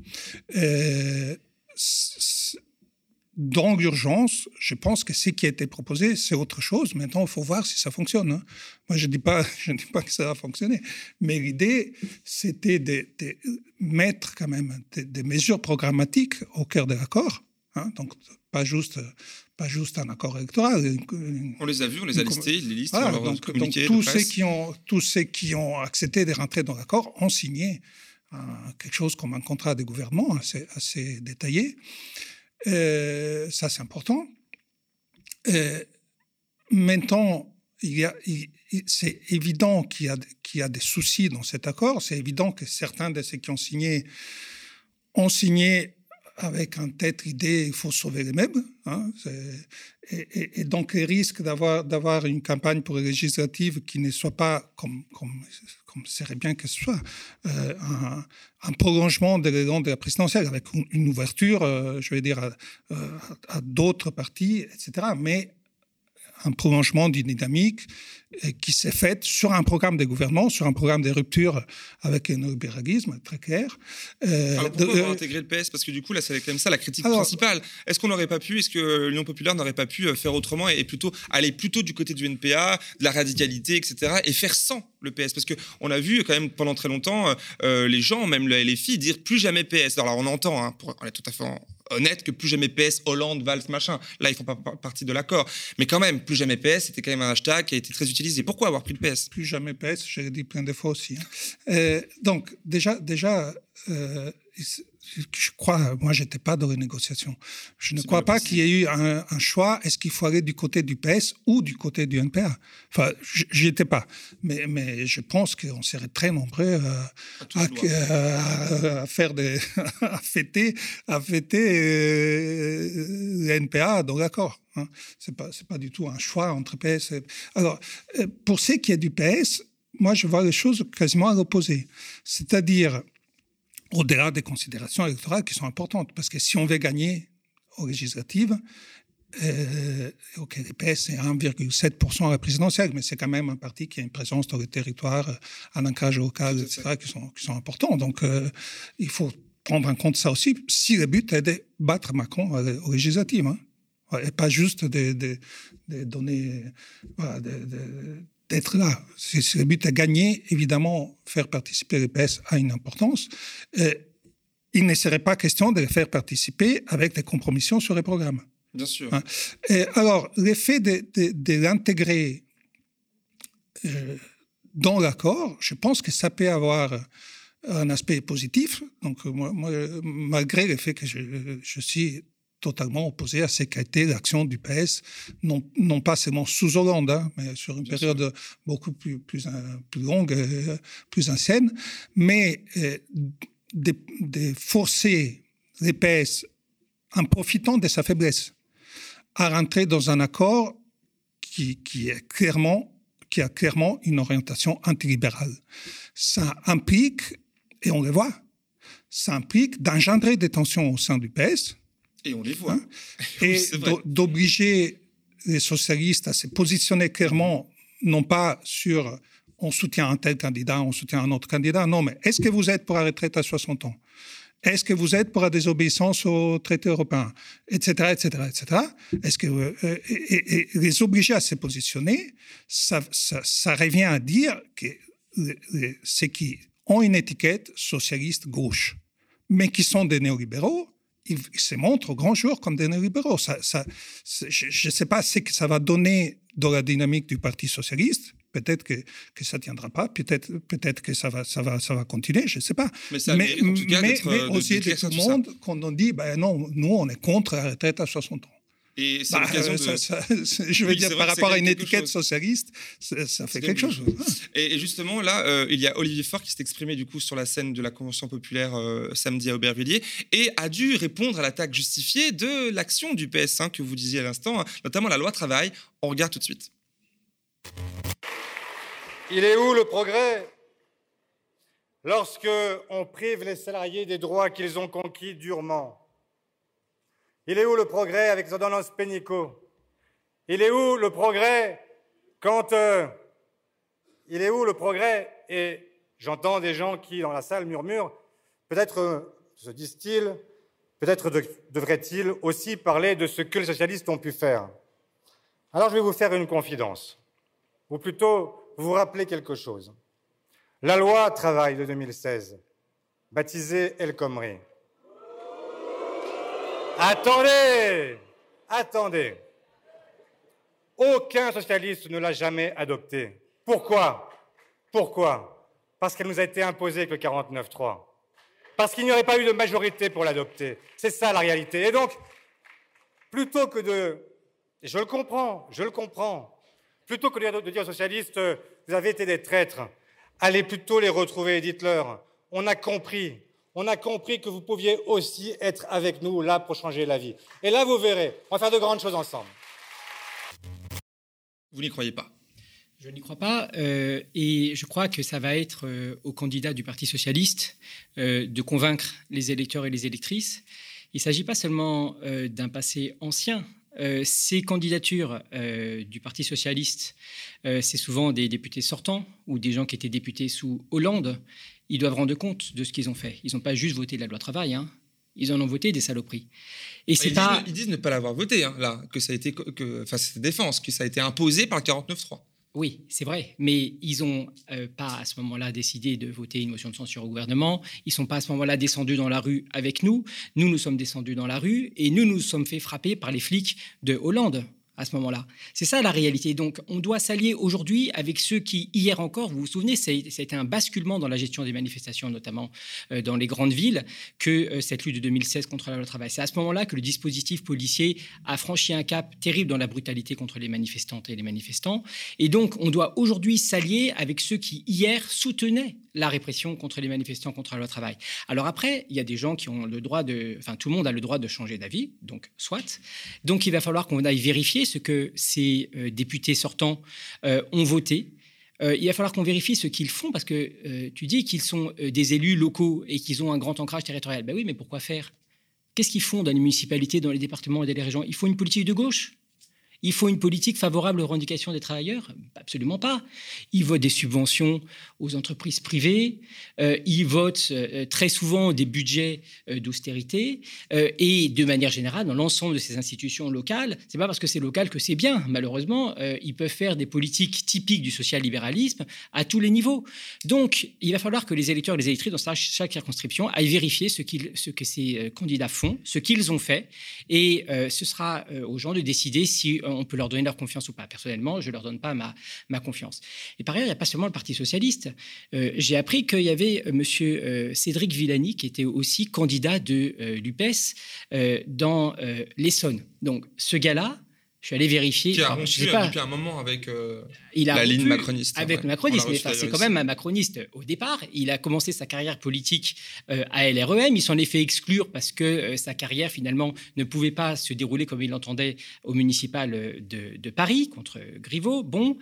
Dans l'urgence, je pense que ce qui a été proposé, c'est autre chose. Maintenant, il faut voir si ça fonctionne. Hein. Moi, je ne dis pas que ça va fonctionner. Mais l'idée, c'était de mettre quand même des mesures programmatiques au cœur de l'accord. Hein. Donc, pas juste un accord électoral. On les a vus, on les a listés, les listes. Voilà, donc tous ceux qui ont accepté de rentrer dans l'accord ont signé quelque chose comme un contrat de gouvernement assez détaillé. Ça, c'est important. Maintenant, c'est évident qu'il y a des soucis dans cet accord. C'est évident que certains de ceux qui ont signé avec en tête l'idée il faut sauver les meubles. Hein, et donc, le risque d'avoir une campagne pour les législatives qui ne soit pas, comme serait bien que ce soit, un prolongement de l'élan de la présidentielle, avec une ouverture, je vais dire, à d'autres partis, etc. Mais un prolongement d'une dynamique qui s'est faite sur un programme de gouvernement, sur un programme de rupture avec un néolibéralisme très clair. Alors pourquoi avoir intégré le PS ? Parce que du coup, là, c'est quand même ça la critique principale. Est-ce qu'on n'aurait pas pu, est-ce que l'Union populaire n'aurait pas pu faire autrement et plutôt aller plutôt du côté du NPA, de la radicalité, etc., et faire sans le PS ? Parce qu'on a vu quand même pendant très longtemps les gens, même les filles, dire plus jamais PS. Alors on entend, hein, pour être tout à fait honnête, que plus jamais PS, Hollande, Valls, machin. Là, ils ne font pas partie de l'accord. Mais quand même, plus jamais PS, c'était quand même un hashtag qui a été très utilisé. Pourquoi avoir pris le PS ? Plus jamais PS, j'ai dit plein de fois aussi. Hein. Donc, déjà je crois, moi, je n'étais pas dans les négociations. Je ne crois pas qu'il y ait eu un choix. Est-ce qu'il faut aller du côté du PS ou du côté du NPA ? Enfin, j'y étais pas. Mais je pense qu'on serait très nombreux à faire à fêter le NPA dans l'accord. Hein. C'est pas du tout un choix entre PS. Alors, pour ce qui est du PS, moi, je vois les choses quasiment à l'opposé. C'est-à-dire, au-delà des considérations électorales qui sont importantes, parce que si on veut gagner aux législatives, le PS est 1,7% à la présidentielle, mais c'est quand même un parti qui a une présence dans le territoire, un ancrage local, etc., qui sont importants. Donc, il faut prendre en compte ça aussi, si le but est de battre Macron aux législatives, hein, et pas juste de donner... Voilà, d'être là. Si le but est gagner, évidemment, faire participer le PS a une importance. Il ne serait pas question de les faire participer avec des compromissions sur les programmes. Bien sûr. Hein. Alors, l'effet de l'intégrer dans l'accord, je pense que ça peut avoir un aspect positif. Donc, moi, malgré le fait que je suis totalement opposé à ce qu'a été l'action du PS, non pas seulement sous Hollande, hein, mais sur une période beaucoup plus longue, plus ancienne, mais de forcer les PS, en profitant de sa faiblesse, à rentrer dans un accord qui a clairement une orientation antilibérale. Ça implique, et on le voit, ça implique d'engendrer des tensions au sein du PS. Et on les voit. Hein, et d'obliger les socialistes à se positionner clairement, non pas sur on soutient un tel candidat, on soutient un autre candidat, non, mais est-ce que vous êtes pour la retraite à 60 ans ? Est-ce que vous êtes pour la désobéissance au traité européen ? Etc., etc., etc. Est-ce que, et les obliger à se positionner, ça revient à dire que ceux qui ont une étiquette socialiste gauche, mais qui sont des néolibéraux, ils se montrent au grand jour comme des néolibéraux. Je ne sais pas ce que ça va donner dans la dynamique du Parti socialiste. Peut-être que ça ne tiendra pas. Peut-être que ça va continuer. Je ne sais pas. Mais ça mérite en tout cas mais aussi de tout le monde, quand on dit non, nous, on est contre la retraite à 60 ans. Et c'est l'occasion de... je veux dire, par rapport à une étiquette socialiste, ça fait quelque chose. Et justement, là, il y a Olivier Faure qui s'est exprimé du coup sur la scène de la Convention populaire samedi à Aubervilliers et a dû répondre à l'attaque justifiée de l'action du PS que vous disiez à l'instant, notamment la loi travail. On regarde tout de suite. Il est où le progrès lorsque on prive les salariés des droits qu'ils ont conquis durement? Il est où le progrès avec les ordonnances Pénicaud? Il est où le progrès quand... Il est où le progrès? Et j'entends des gens qui, dans la salle, murmurent, peut-être, se disent-ils, peut-être devraient-ils aussi parler de ce que les socialistes ont pu faire. Alors je vais vous faire une confidence, ou plutôt vous rappeler quelque chose. La loi travail de 2016, baptisée El Khomri. Attendez. Aucun socialiste ne l'a jamais adoptée. Pourquoi? Parce qu'elle nous a été imposée avec le 49.3. Parce qu'il n'y aurait pas eu de majorité pour l'adopter. C'est ça la réalité. Et donc, plutôt que de... Je le comprends. Plutôt que de dire aux socialistes, vous avez été des traîtres, allez plutôt les retrouver et dites-leur, on a compris que vous pouviez aussi être avec nous là pour changer la vie. Et là, vous verrez, on va faire de grandes choses ensemble. Vous n'y croyez pas? Je n'y crois pas, et je crois que ça va être aux candidats du Parti socialiste de convaincre les électeurs et les électrices. Il ne s'agit pas seulement d'un passé ancien. Ces candidatures du Parti socialiste, c'est souvent des députés sortants ou des gens qui étaient députés sous Hollande. Ils doivent rendre compte de ce qu'ils ont fait. Ils n'ont pas juste voté la loi travail, ils en ont voté des saloperies. Et c'est ils disent ne pas l'avoir voté, là, que ça a été, c'est défense, que ça a été imposé par le 49.3. Oui, c'est vrai, mais ils n'ont pas à ce moment-là décidé de voter une motion de censure au gouvernement. Ils ne sont pas à ce moment-là descendus dans la rue avec nous. Nous sommes descendus dans la rue et nous sommes fait frapper par les flics de Hollande à ce moment-là. C'est ça la réalité. Donc, on doit s'allier aujourd'hui avec ceux qui, hier encore, vous vous souvenez, ça a été un basculement dans la gestion des manifestations, notamment dans les grandes villes, que cette lutte de 2016 contre la loi travail. C'est à ce moment-là que le dispositif policier a franchi un cap terrible dans la brutalité contre les manifestantes et les manifestants. Et donc, on doit aujourd'hui s'allier avec ceux qui, hier, soutenaient la répression contre les manifestants contre la loi travail. Alors après, il y a des gens qui ont le droit de... Enfin, tout le monde a le droit de changer d'avis, donc soit. Donc, il va falloir qu'on aille vérifier ce que ces députés sortants ont voté. Il va falloir qu'on vérifie ce qu'ils font, parce que tu dis qu'ils sont des élus locaux et qu'ils ont un grand ancrage territorial. Ben oui, mais pourquoi faire? Qu'est-ce qu'ils font dans les municipalités, dans les départements et dans les régions? Il faut une politique de gauche? Il faut une politique favorable aux revendications des travailleurs? Absolument pas. Ils votent des subventions aux entreprises privées, ils votent très souvent des budgets d'austérité, et de manière générale, dans l'ensemble de ces institutions locales, c'est pas parce que c'est local que c'est bien. Malheureusement, ils peuvent faire des politiques typiques du social-libéralisme à tous les niveaux. Donc, il va falloir que les électeurs et les électrices dans chaque circonscription aillent vérifier ce que ces candidats font, ce qu'ils ont fait, et ce sera aux gens de décider si on peut leur donner leur confiance ou pas. Personnellement, je ne leur donne pas ma confiance. Et par ailleurs, il n'y a pas seulement le Parti socialiste. J'ai appris qu'il y avait M. Cédric Villani, qui était aussi candidat de l'UPES dans l'Essonne. Donc, ce gars-là, je suis allé vérifier. Qui a rompu depuis un moment avec la ligne macroniste. Avec le macronisme, mais c'est quand même un macroniste au départ. Il a commencé sa carrière politique à LREM. Il s'en est fait exclure parce que sa carrière, finalement, ne pouvait pas se dérouler comme il l'entendait au municipal de Paris, contre Griveaux. Bon.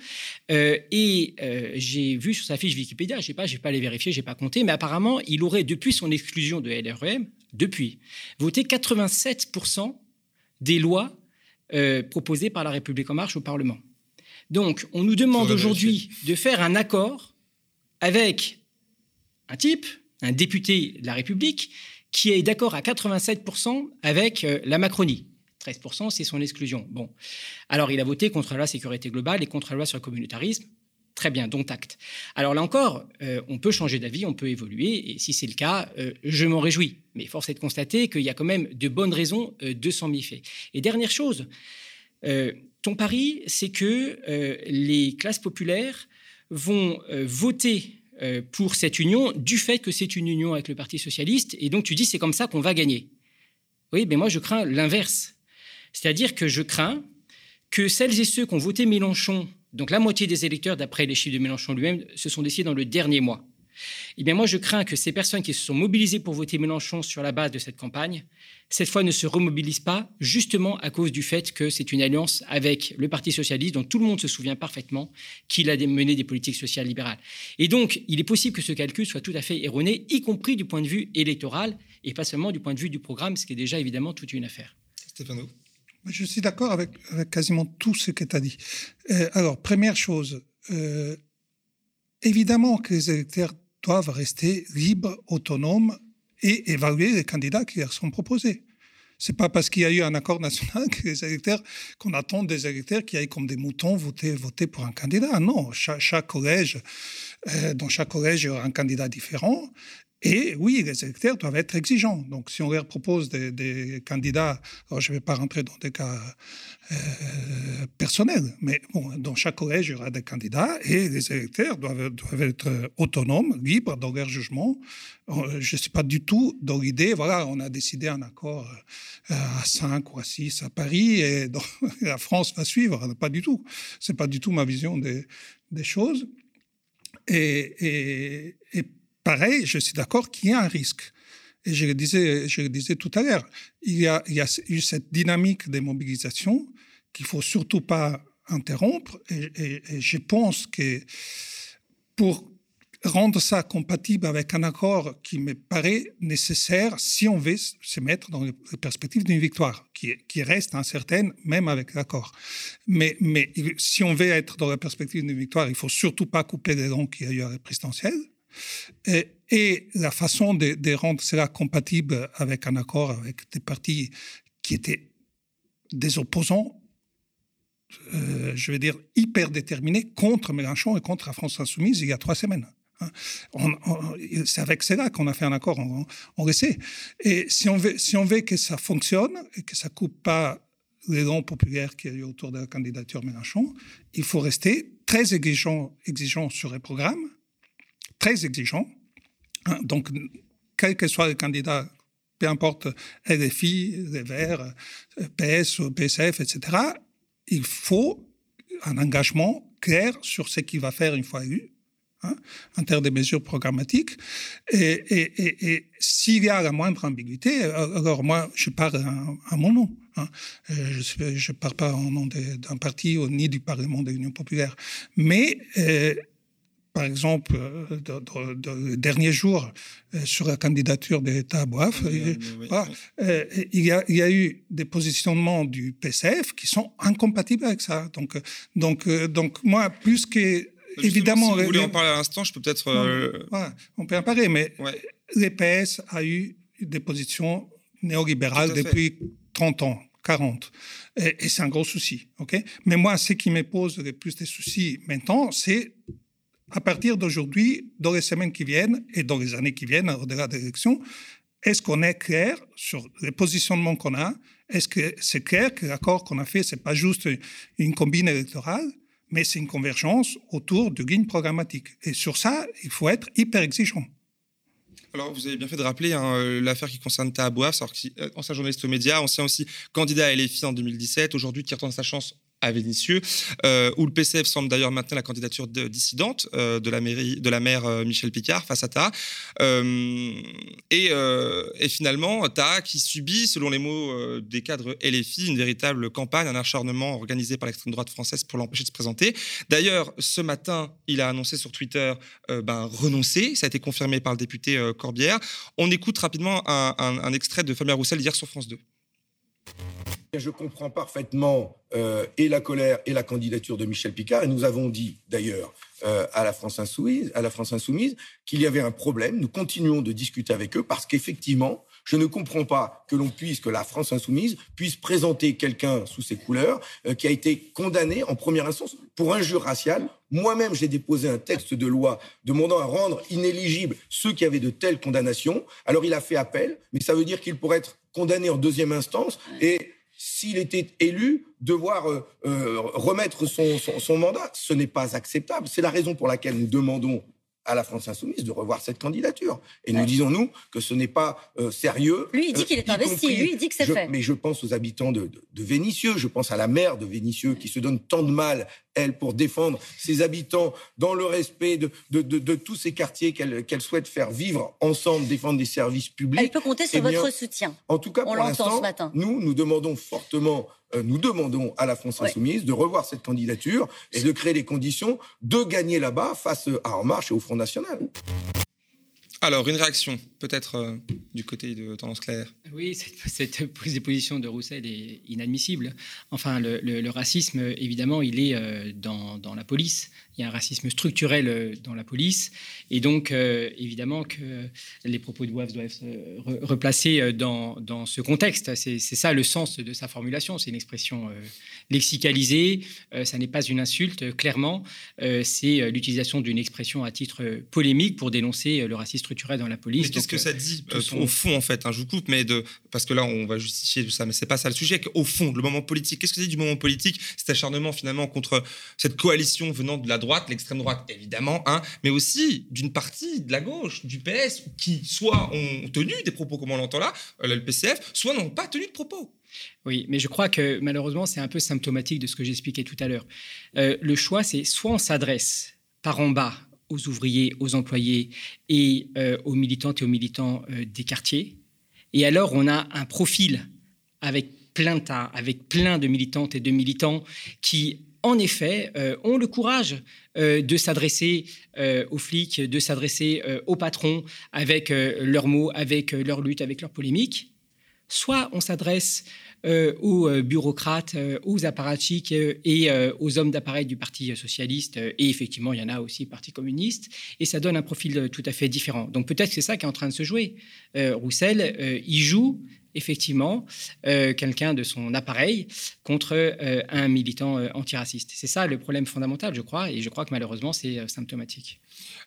J'ai vu sur sa fiche Wikipédia, je n'ai pas allé vérifier, je n'ai pas compté, mais apparemment, il aurait, depuis son exclusion de LREM, voté 87% des lois proposé par La République En Marche au Parlement. Donc, on nous demande aujourd'hui de faire un accord avec un député de La République, qui est d'accord à 87% avec la Macronie. 13%, c'est son exclusion. Bon. Alors, il a voté contre la loi sécurité globale et contre la loi sur le communautarisme. Très bien, dont acte. Alors là encore, on peut changer d'avis, on peut évoluer, et si c'est le cas, je m'en réjouis. Mais force est de constater qu'il y a quand même de bonnes raisons de s'en méfier. Et dernière chose, ton pari, c'est que les classes populaires vont voter pour cette union du fait que c'est une union avec le Parti socialiste, et donc tu dis c'est comme ça qu'on va gagner. Oui, mais moi je crains l'inverse. C'est-à-dire que je crains que celles et ceux qui ont voté Mélenchon, donc la moitié des électeurs, d'après les chiffres de Mélenchon lui-même, se sont décidés dans le dernier mois. Eh bien, moi, je crains que ces personnes qui se sont mobilisées pour voter Mélenchon sur la base de cette campagne, cette fois ne se remobilisent pas, justement à cause du fait que c'est une alliance avec le Parti socialiste, dont tout le monde se souvient parfaitement qu'il a mené des politiques sociales libérales. Et donc, il est possible que ce calcul soit tout à fait erroné, y compris du point de vue électoral, et pas seulement du point de vue du programme, ce qui est déjà évidemment toute une affaire. Stéphano. Je suis d'accord avec quasiment tout ce que tu as dit. Alors, première chose, évidemment que les électeurs doivent rester libres, autonomes et évaluer les candidats qui leur sont proposés. Ce n'est pas parce qu'il y a eu un accord national que les électeurs, qu'on attend des électeurs qui aillent comme des moutons voter pour un candidat. Non, chaque collège, dans chaque collège, il y aura un candidat différent. Et oui, les électeurs doivent être exigeants. Donc, si on leur propose des candidats, alors je ne vais pas rentrer dans des cas personnels, mais bon, dans chaque collège, il y aura des candidats et les électeurs doivent être autonomes, libres dans leur jugement. Je ne suis pas du tout dans l'idée, voilà, on a décidé un accord à 5 ou à 6 à Paris et la France va suivre. Pas du tout. Ce n'est pas du tout ma vision des choses. Et pareil, je suis d'accord qu'il y a un risque. Et je le disais tout à l'heure, il y a eu cette dynamique de mobilisation qu'il ne faut surtout pas interrompre. Et je pense que pour rendre ça compatible avec un accord qui me paraît nécessaire, si on veut se mettre dans les perspectives d'une victoire, qui reste incertaine, même avec l'accord. Mais si on veut être dans la perspective d'une victoire, il ne faut surtout pas couper les longs qu'il y a eu à la présidentielle. Et la façon de rendre cela compatible avec un accord avec des partis qui étaient des opposants, je veux dire, hyper déterminés contre Mélenchon et contre la France Insoumise il y a 3 semaines. C'est avec cela qu'on a fait un accord, on le sait. Et si on veut que ça fonctionne et que ça ne coupe pas l'élan populaire qu'il y a eu autour de la candidature Mélenchon, il faut rester très exigeant sur les programmes, très exigeant. Donc, quel que soit le candidat, peu importe LFI, les Verts, PS, PSF, etc., il faut un engagement clair sur ce qu'il va faire une fois élu, en termes de mesures programmatiques. Et s'il y a la moindre ambiguïté, alors moi, je parle à mon nom. Je ne parle pas au nom d'un parti ni du Parlement de l'Union populaire. Mais par exemple, dans les derniers jours, sur la candidature de Tahabouaf, il y a eu des positionnements du PCF qui sont incompatibles avec ça. Donc moi, plus que... Évidemment, si vous voulez en parler à l'instant, je peux peut-être... Voilà, on peut en parler, mais le PS a eu des positions néolibérales depuis 30 ans. 40. Et c'est un gros souci. Okay? Mais moi, ce qui me pose le plus de soucis maintenant, c'est à partir d'aujourd'hui, dans les semaines qui viennent et dans les années qui viennent, au-delà des élections, est-ce qu'on est clair sur les positionnements qu'on a? Est-ce que c'est clair que l'accord qu'on a fait, ce n'est pas juste une combine électorale, mais c'est une convergence autour de lignes programmatiques? Et sur ça, il faut être hyper exigeant. Alors, vous avez bien fait de rappeler l'affaire qui concerne Tahabouaf, ancien journaliste aux médias, ancien aussi candidat à LFI en 2017, aujourd'hui qui retourne sa chance à Vénissieux, où le PCF semble d'ailleurs maintenir la candidature dissidente de la maire Michèle Picard face à Taha. Et finalement, Taha qui subit, selon les mots des cadres LFI, une véritable campagne, un acharnement organisé par l'extrême droite française pour l'empêcher de se présenter. D'ailleurs, ce matin, il a annoncé sur Twitter renoncer. Ça a été confirmé par le député Corbière. On écoute rapidement un extrait de Fabien Roussel hier sur France 2. Je comprends parfaitement et la colère et la candidature de Michèle Picard. Et nous avons dit d'ailleurs à la France Insoumise qu'il y avait un problème. Nous continuons de discuter avec eux parce qu'effectivement, je ne comprends pas que la France Insoumise puisse présenter quelqu'un sous ses couleurs qui a été condamné en première instance pour injure raciale. Moi-même, j'ai déposé un texte de loi demandant à rendre inéligibles ceux qui avaient de telles condamnations. Alors, il a fait appel, mais ça veut dire qu'il pourrait être condamné en deuxième instance et s'il était élu, devoir remettre son mandat. Ce n'est pas acceptable. C'est la raison pour laquelle nous demandons à la France Insoumise de revoir cette candidature. Et nous disons, nous, que ce n'est pas sérieux. Lui, il dit qu'il est investi. Lui, il dit que c'est fait. Mais je pense aux habitants de Vénissieux. Je pense à la maire de Vénissieux qui se donne tant de mal, elle, pour défendre ses habitants dans le respect de tous ces quartiers qu'elle souhaite faire vivre ensemble, défendre des services publics. Elle peut compter sur votre soutien. En tout cas, pour l'instant, nous demandons fortement... nous demandons à la France Insoumise de revoir cette candidature et de créer les conditions de gagner là-bas face à En Marche et au Front National. Alors, une réaction, peut-être du côté de Tendance Claire. Oui, cette prise de position de Roussel est inadmissible. Enfin, le racisme, évidemment, il est dans la police. Il y a un racisme structurel dans la police. Et donc, évidemment, que les propos de Wavre doivent se replacer dans ce contexte. C'est ça le sens de sa formulation. C'est une expression lexicalisée. Ça n'est pas une insulte, clairement. C'est l'utilisation d'une expression à titre polémique pour dénoncer le racisme structurel dans la police. Mais qu'est-ce que ça dit au fond, en fait, je vous coupe, mais parce que là, on va justifier tout ça, mais c'est pas ça le sujet. Au fond, le moment politique, qu'est-ce que ça dit du moment politique, cet acharnement finalement contre cette coalition venant de la droite, l'extrême droite évidemment, mais aussi d'une partie de la gauche, du PS, qui soit ont tenu des propos comme on l'entend là, le PCF, soit n'ont pas tenu de propos. Oui, mais je crois que malheureusement, c'est un peu symptomatique de ce que j'expliquais tout à l'heure. Le choix, c'est soit on s'adresse par en bas aux ouvriers, aux employés et aux militantes et aux militants des quartiers. Et alors, on a un profil avec plein de militantes et de militants qui, en effet, ont le courage de s'adresser aux flics, de s'adresser aux patrons avec leurs mots, avec leur lutte, avec leur polémique. Soit on s'adresse aux bureaucrates, aux apparatchiks et aux hommes d'appareil du Parti socialiste. Et effectivement, il y en a aussi, Parti communiste. Et ça donne un profil tout à fait différent. Donc peut-être que c'est ça qui est en train de se jouer. Roussel, il joue effectivement quelqu'un de son appareil contre un militant antiraciste. C'est ça le problème fondamental, je crois. Et je crois que malheureusement, c'est symptomatique.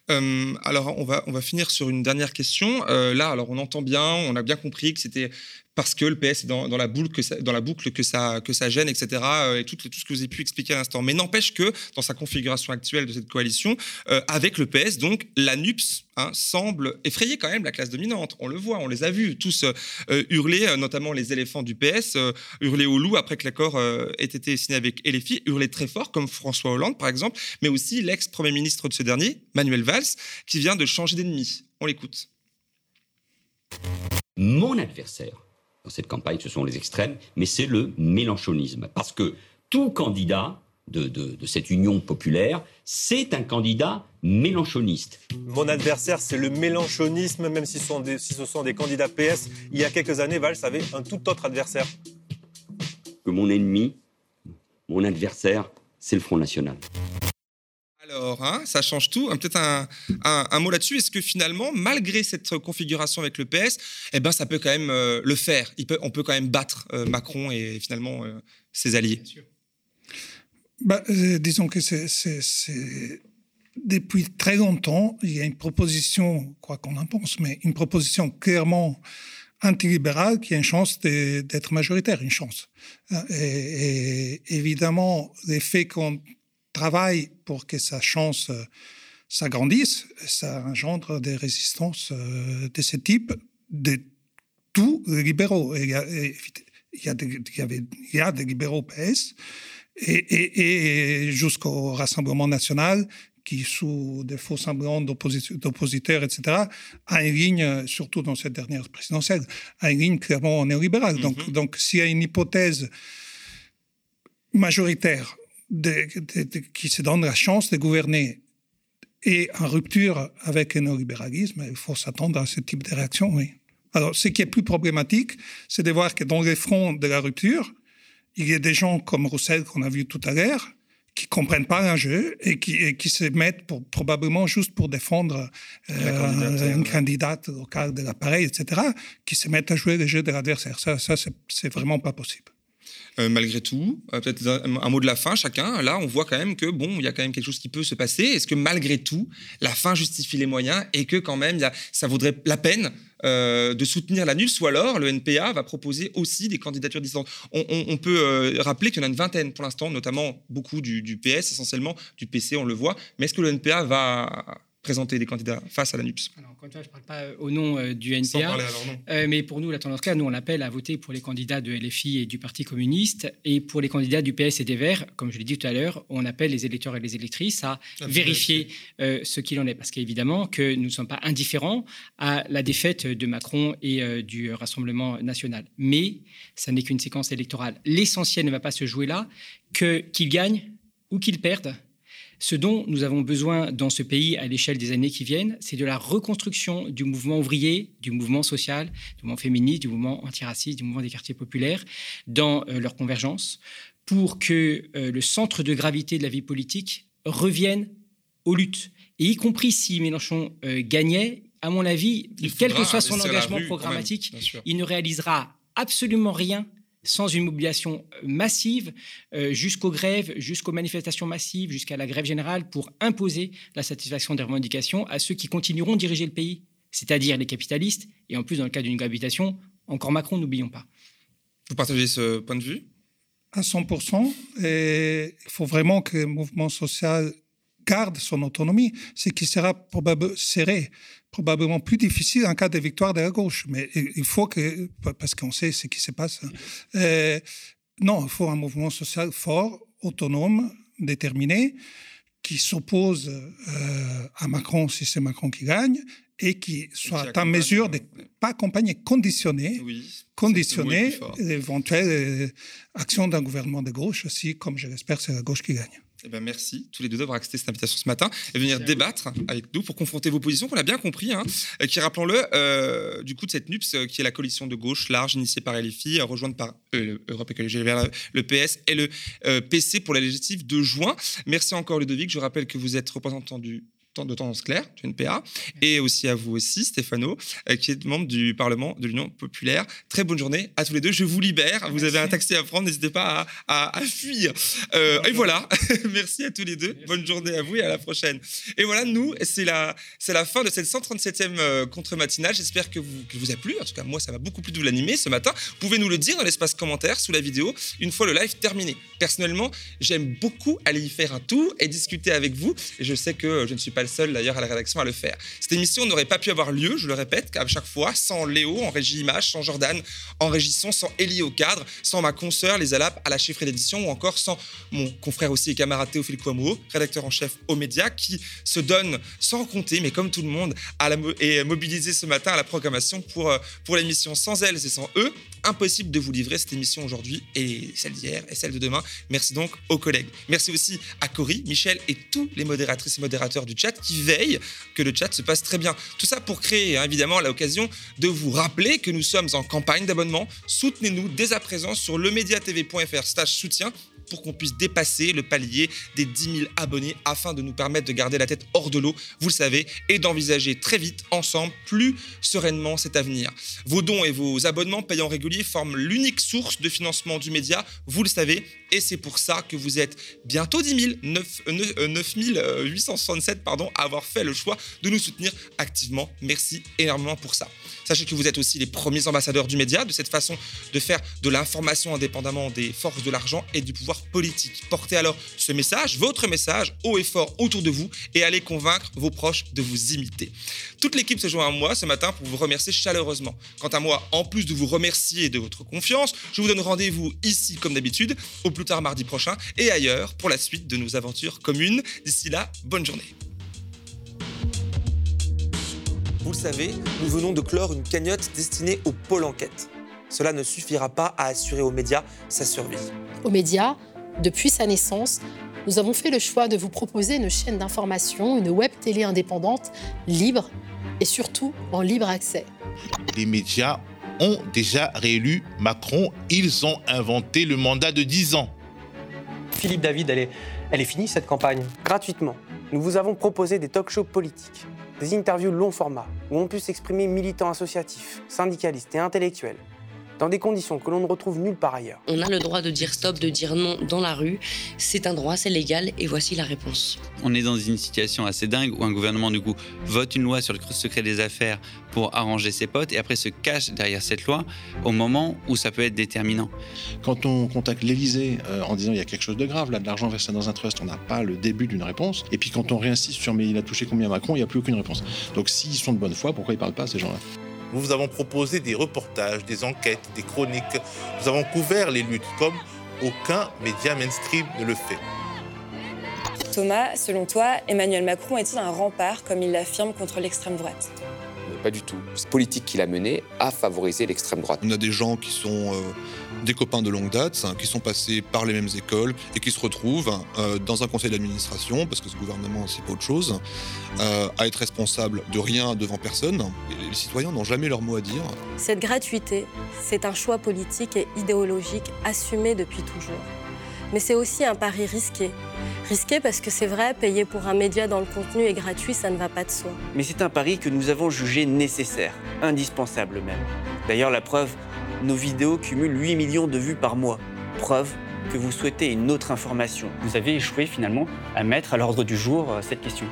Alors, on va finir sur une dernière question. Là, alors on entend bien, on a bien compris que c'était parce que le PS est dans la boucle que ça gêne, etc. Et tout ce que vous avez pu expliquer à l'instant. Mais n'empêche que dans sa configuration actuelle de cette coalition, avec le PS, donc la NUPS semble effrayer quand même la classe dominante. On le voit, on les a vus tous hurler, notamment les éléphants du PS, hurler au loup après que l'accord ait été signé avec LFI, hurler très fort, comme François Hollande par exemple, mais aussi l'ex-premier ministre de ce dernier, Manuel Valls, qui vient de changer d'ennemi. On l'écoute. Mon adversaire dans cette campagne, ce sont les extrêmes, mais c'est le mélenchonisme. Parce que tout candidat de cette union populaire, c'est un candidat mélenchoniste. Mon adversaire, c'est le mélenchonisme, même si ce sont des candidats PS. Il y a quelques années, Valls avait un tout autre adversaire. Que mon ennemi, mon adversaire, c'est le Front National. Alors, ça change tout. Peut-être un mot là-dessus. Est-ce que finalement, malgré cette configuration avec le PS, ça peut quand même le faire. On peut quand même battre Macron et finalement ses alliés. Bien sûr. Disons que depuis très longtemps, il y a une proposition, quoi qu'on en pense, mais une proposition clairement antilibérale qui a une chance d'être majoritaire, une chance. Et évidemment, le fait qu'on travaille pour que sa chance s'agrandisse, ça engendre des résistances de ce type de tous les libéraux. Il y a des libéraux PS et jusqu'au Rassemblement national qui, sous des faux semblants d'oppositeurs, etc., a une ligne, surtout dans cette dernière présidentielle, a une ligne clairement néolibérale. Donc s'il y a une hypothèse majoritaire qui se donne la chance de gouverner et en rupture avec le néolibéralisme, il faut s'attendre à ce type de réaction, oui. Alors, ce qui est plus problématique, c'est de voir que dans les fronts de la rupture, il y a des gens comme Roussel, qu'on a vu tout à l'heure, qui ne comprennent pas l'enjeu et qui se mettent probablement juste pour défendre une candidate locale de l'appareil, etc., qui se mettent à jouer le jeu de l'adversaire. Ça c'est vraiment pas possible. Malgré tout, peut-être un mot de la fin, chacun. Là, on voit quand même que, il y a quand même quelque chose qui peut se passer. Est-ce que malgré tout, la fin justifie les moyens et que quand même, ça vaudrait la peine de soutenir la NUPS, ou alors le NPA va proposer aussi des candidatures dissidentes. On peut rappeler qu'il y en a une vingtaine pour l'instant, notamment beaucoup du PS, essentiellement du PC, on le voit. Mais est-ce que le NPA va présenter des candidats face à la NUPES. Alors, encore une fois, je ne parle pas au nom du NPA, Sans parler alors non. Mais pour nous, la tendance claire, nous, on appelle à voter pour les candidats de LFI et du Parti communiste, et pour les candidats du PS et des Verts, comme je l'ai dit tout à l'heure, on appelle les électeurs et les électrices à vérifier ce qu'il en est, parce qu'évidemment que nous ne sommes pas indifférents à la défaite de Macron et du Rassemblement national. Mais ça n'est qu'une séquence électorale. L'essentiel ne va pas se jouer là, qu'ils gagnent ou qu'ils perdent. Ce dont nous avons besoin dans ce pays à l'échelle des années qui viennent, c'est de la reconstruction du mouvement ouvrier, du mouvement social, du mouvement féministe, du mouvement antiraciste, du mouvement des quartiers populaires, dans leur convergence, pour que le centre de gravité de la vie politique revienne aux luttes. Et y compris si Mélenchon gagnait, à mon avis, quel que soit son engagement programmatique, il ne réalisera absolument rien sans une mobilisation massive jusqu'aux grèves, jusqu'aux manifestations massives, jusqu'à la grève générale pour imposer la satisfaction des revendications à ceux qui continueront de diriger le pays, c'est-à-dire les capitalistes, et en plus, dans le cas d'une cohabitation, encore Macron, n'oublions pas. Vous partagez ce point de vue ? À 100%. Et il faut vraiment que le mouvement social garde son autonomie, ce qui sera probablement plus difficile en cas de victoire de la gauche. Mais il faut que, parce qu'on sait ce qui se passe, non, il faut un mouvement social fort, autonome, déterminé, qui s'oppose à Macron si c'est Macron qui gagne, et qui soit en mesure de ne pas accompagner, conditionner l'éventuelle action d'un gouvernement de gauche, aussi, comme je l'espère, c'est la gauche qui gagne. Eh ben merci tous les deux d'avoir accepté cette invitation ce matin et venir débattre avec nous pour confronter vos positions qu'on a bien compris, qui, rappelons-le, du coup de cette NUPES qui est la coalition de gauche large initiée par LFI, rejointe par Europe Écologie Les Verts, le PS et le PC pour la législative de juin. Merci encore Ludovic, je rappelle que vous êtes représentant de Tendance Claire, du NPA, et aussi à vous aussi, Stéphano, qui est membre du Parlement de l'Union populaire. Très bonne journée à tous les deux. Je vous libère. Vous avez un taxi à prendre. N'hésitez pas à fuir. Et voilà. Merci à tous les deux. Merci. Bonne journée à vous et à la prochaine. Et voilà, nous, c'est la fin de cette 137e contre-matinale. J'espère que vous a plu. En tout cas, moi, ça m'a beaucoup plu de vous l'animer ce matin. Vous pouvez nous le dire dans l'espace commentaire sous la vidéo une fois le live terminé. Personnellement, j'aime beaucoup aller y faire un tour et discuter avec vous. Et je sais que je ne suis pas le seul d'ailleurs à la rédaction à le faire. Cette émission n'aurait pas pu avoir lieu, je le répète, à chaque fois, sans Léo en régie image, sans Jordan en régie son, sans Élie au cadre, sans ma consoeur Lisa Lapp à la chefferie d'édition ou encore sans mon confrère aussi et camarade Théophile Kouamouo, rédacteur en chef aux médias, qui se donne sans compter, mais comme tout le monde, est mobilisé ce matin à la programmation pour l'émission. Sans elles et sans eux, impossible de vous livrer cette émission aujourd'hui et celle d'hier et celle de demain. Merci donc aux collègues. Merci aussi à Cory, Michel et tous les modératrices et modérateurs du chat qui veillent que le chat se passe très bien. Tout ça pour créer évidemment l'occasion de vous rappeler que nous sommes en campagne d'abonnement. Soutenez-nous dès à présent sur lemediatv.fr/soutien pour qu'on puisse dépasser le palier des 10 000 abonnés afin de nous permettre de garder la tête hors de l'eau, vous le savez, et d'envisager très vite, ensemble, plus sereinement cet avenir. Vos dons et vos abonnements payants réguliers forment l'unique source de financement du média, vous le savez, et c'est pour ça que vous êtes bientôt 10 000, 9 867 à avoir fait le choix de nous soutenir activement. Merci énormément pour ça. Sachez que vous êtes aussi les premiers ambassadeurs du média, de cette façon de faire de l'information indépendamment des forces de l'argent et du pouvoir politique. Portez alors ce message, votre message, haut et fort autour de vous et allez convaincre vos proches de vous imiter. Toute l'équipe se joint à moi ce matin pour vous remercier chaleureusement. Quant à moi, en plus de vous remercier de votre confiance, je vous donne rendez-vous ici comme d'habitude, au plus tard mardi prochain et ailleurs pour la suite de nos aventures communes. D'ici là, bonne journée. Vous le savez, nous venons de clore une cagnotte destinée au pôle enquête. Cela ne suffira pas à assurer aux médias sa survie. Aux médias, depuis sa naissance, nous avons fait le choix de vous proposer une chaîne d'information, une web télé indépendante, libre et surtout en libre accès. Les médias ont déjà réélu Macron. Ils ont inventé le mandat de 10 ans. Philippe David, elle est finie cette campagne. Gratuitement, nous vous avons proposé des talk-shows politiques, des interviews long format où on peut s'exprimer militants associatifs, syndicalistes et intellectuels. dans des conditions que l'on ne retrouve nulle part ailleurs. On a le droit de dire stop, de dire non dans la rue. C'est un droit, c'est légal, et voici la réponse. On est dans une situation assez dingue où un gouvernement, du coup, vote une loi sur le secret des affaires pour arranger ses potes et après se cache derrière cette loi au moment où ça peut être déterminant. Quand on contacte l'Élysée en disant il y a quelque chose de grave, là, de l'argent versé dans un trust, on n'a pas le début d'une réponse. Et puis quand on réinsiste sur mais il a touché combien Macron, il n'y a plus aucune réponse. Donc s'ils sont de bonne foi, pourquoi ils ne parlent pas à ces gens-là ? Nous vous avons proposé des reportages, des enquêtes, des chroniques. Nous avons couvert les luttes comme aucun média mainstream ne le fait. Thomas, selon toi, Emmanuel Macron est-il un rempart, comme il l'affirme, contre l'extrême droite ? Pas du tout. Cette politique qu'il a menée a favorisé l'extrême droite. On a des gens qui sont des copains de longue date, qui sont passés par les mêmes écoles et qui se retrouvent dans un conseil d'administration, parce que ce gouvernement, c'est pas autre chose, à être responsable de rien devant personne. Et les citoyens n'ont jamais leur mot à dire. Cette gratuité, c'est un choix politique et idéologique assumé depuis toujours. Mais c'est aussi un pari risqué. Risqué parce que c'est vrai, payer pour un média dont le contenu est gratuit, ça ne va pas de soi. Mais c'est un pari que nous avons jugé nécessaire, indispensable même. D'ailleurs, la preuve, nos vidéos cumulent 8 millions de vues par mois. Preuve que vous souhaitez une autre information. Vous avez échoué finalement à mettre à l'ordre du jour cette question.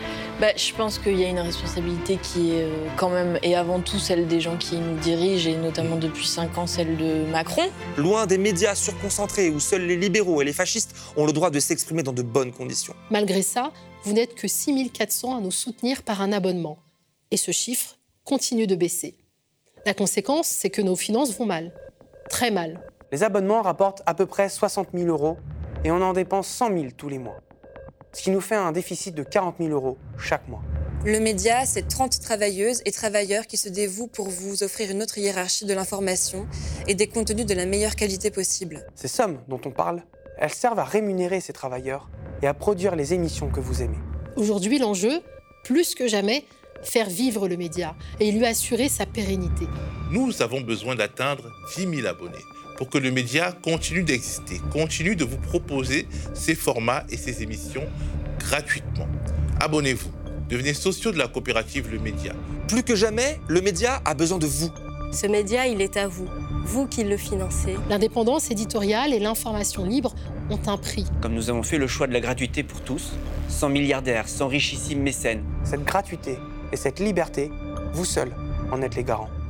Je pense qu'il y a une responsabilité qui est quand même, et avant tout celle des gens qui nous dirigent, et notamment depuis 5 ans celle de Macron. Loin des médias surconcentrés où seuls les libéraux et les fascistes ont le droit de s'exprimer dans de bonnes conditions. Malgré ça, vous n'êtes que 6 400 à nous soutenir par un abonnement. Et ce chiffre continue de baisser. La conséquence, c'est que nos finances vont mal. Très mal. Les abonnements rapportent à peu près 60 000 € et on en dépense 100 000 tous les mois. Ce qui nous fait un déficit de 40 000 € chaque mois. Le média, c'est 30 travailleuses et travailleurs qui se dévouent pour vous offrir une autre hiérarchie de l'information et des contenus de la meilleure qualité possible. Ces sommes dont on parle, elles servent à rémunérer ces travailleurs et à produire les émissions que vous aimez. Aujourd'hui, l'enjeu, plus que jamais, faire vivre le média et lui assurer sa pérennité. Nous avons besoin d'atteindre 10 000 abonnés pour que le média continue d'exister, continue de vous proposer ses formats et ses émissions gratuitement. Abonnez-vous, devenez sociaux de la coopérative Le Média. Plus que jamais, le média a besoin de vous. Ce média, il est à vous, vous qui le financez. L'indépendance éditoriale et l'information libre ont un prix. Comme nous avons fait le choix de la gratuité pour tous, sans milliardaires, sans richissimes mécènes, cette gratuité et cette liberté, vous seuls en êtes les garants.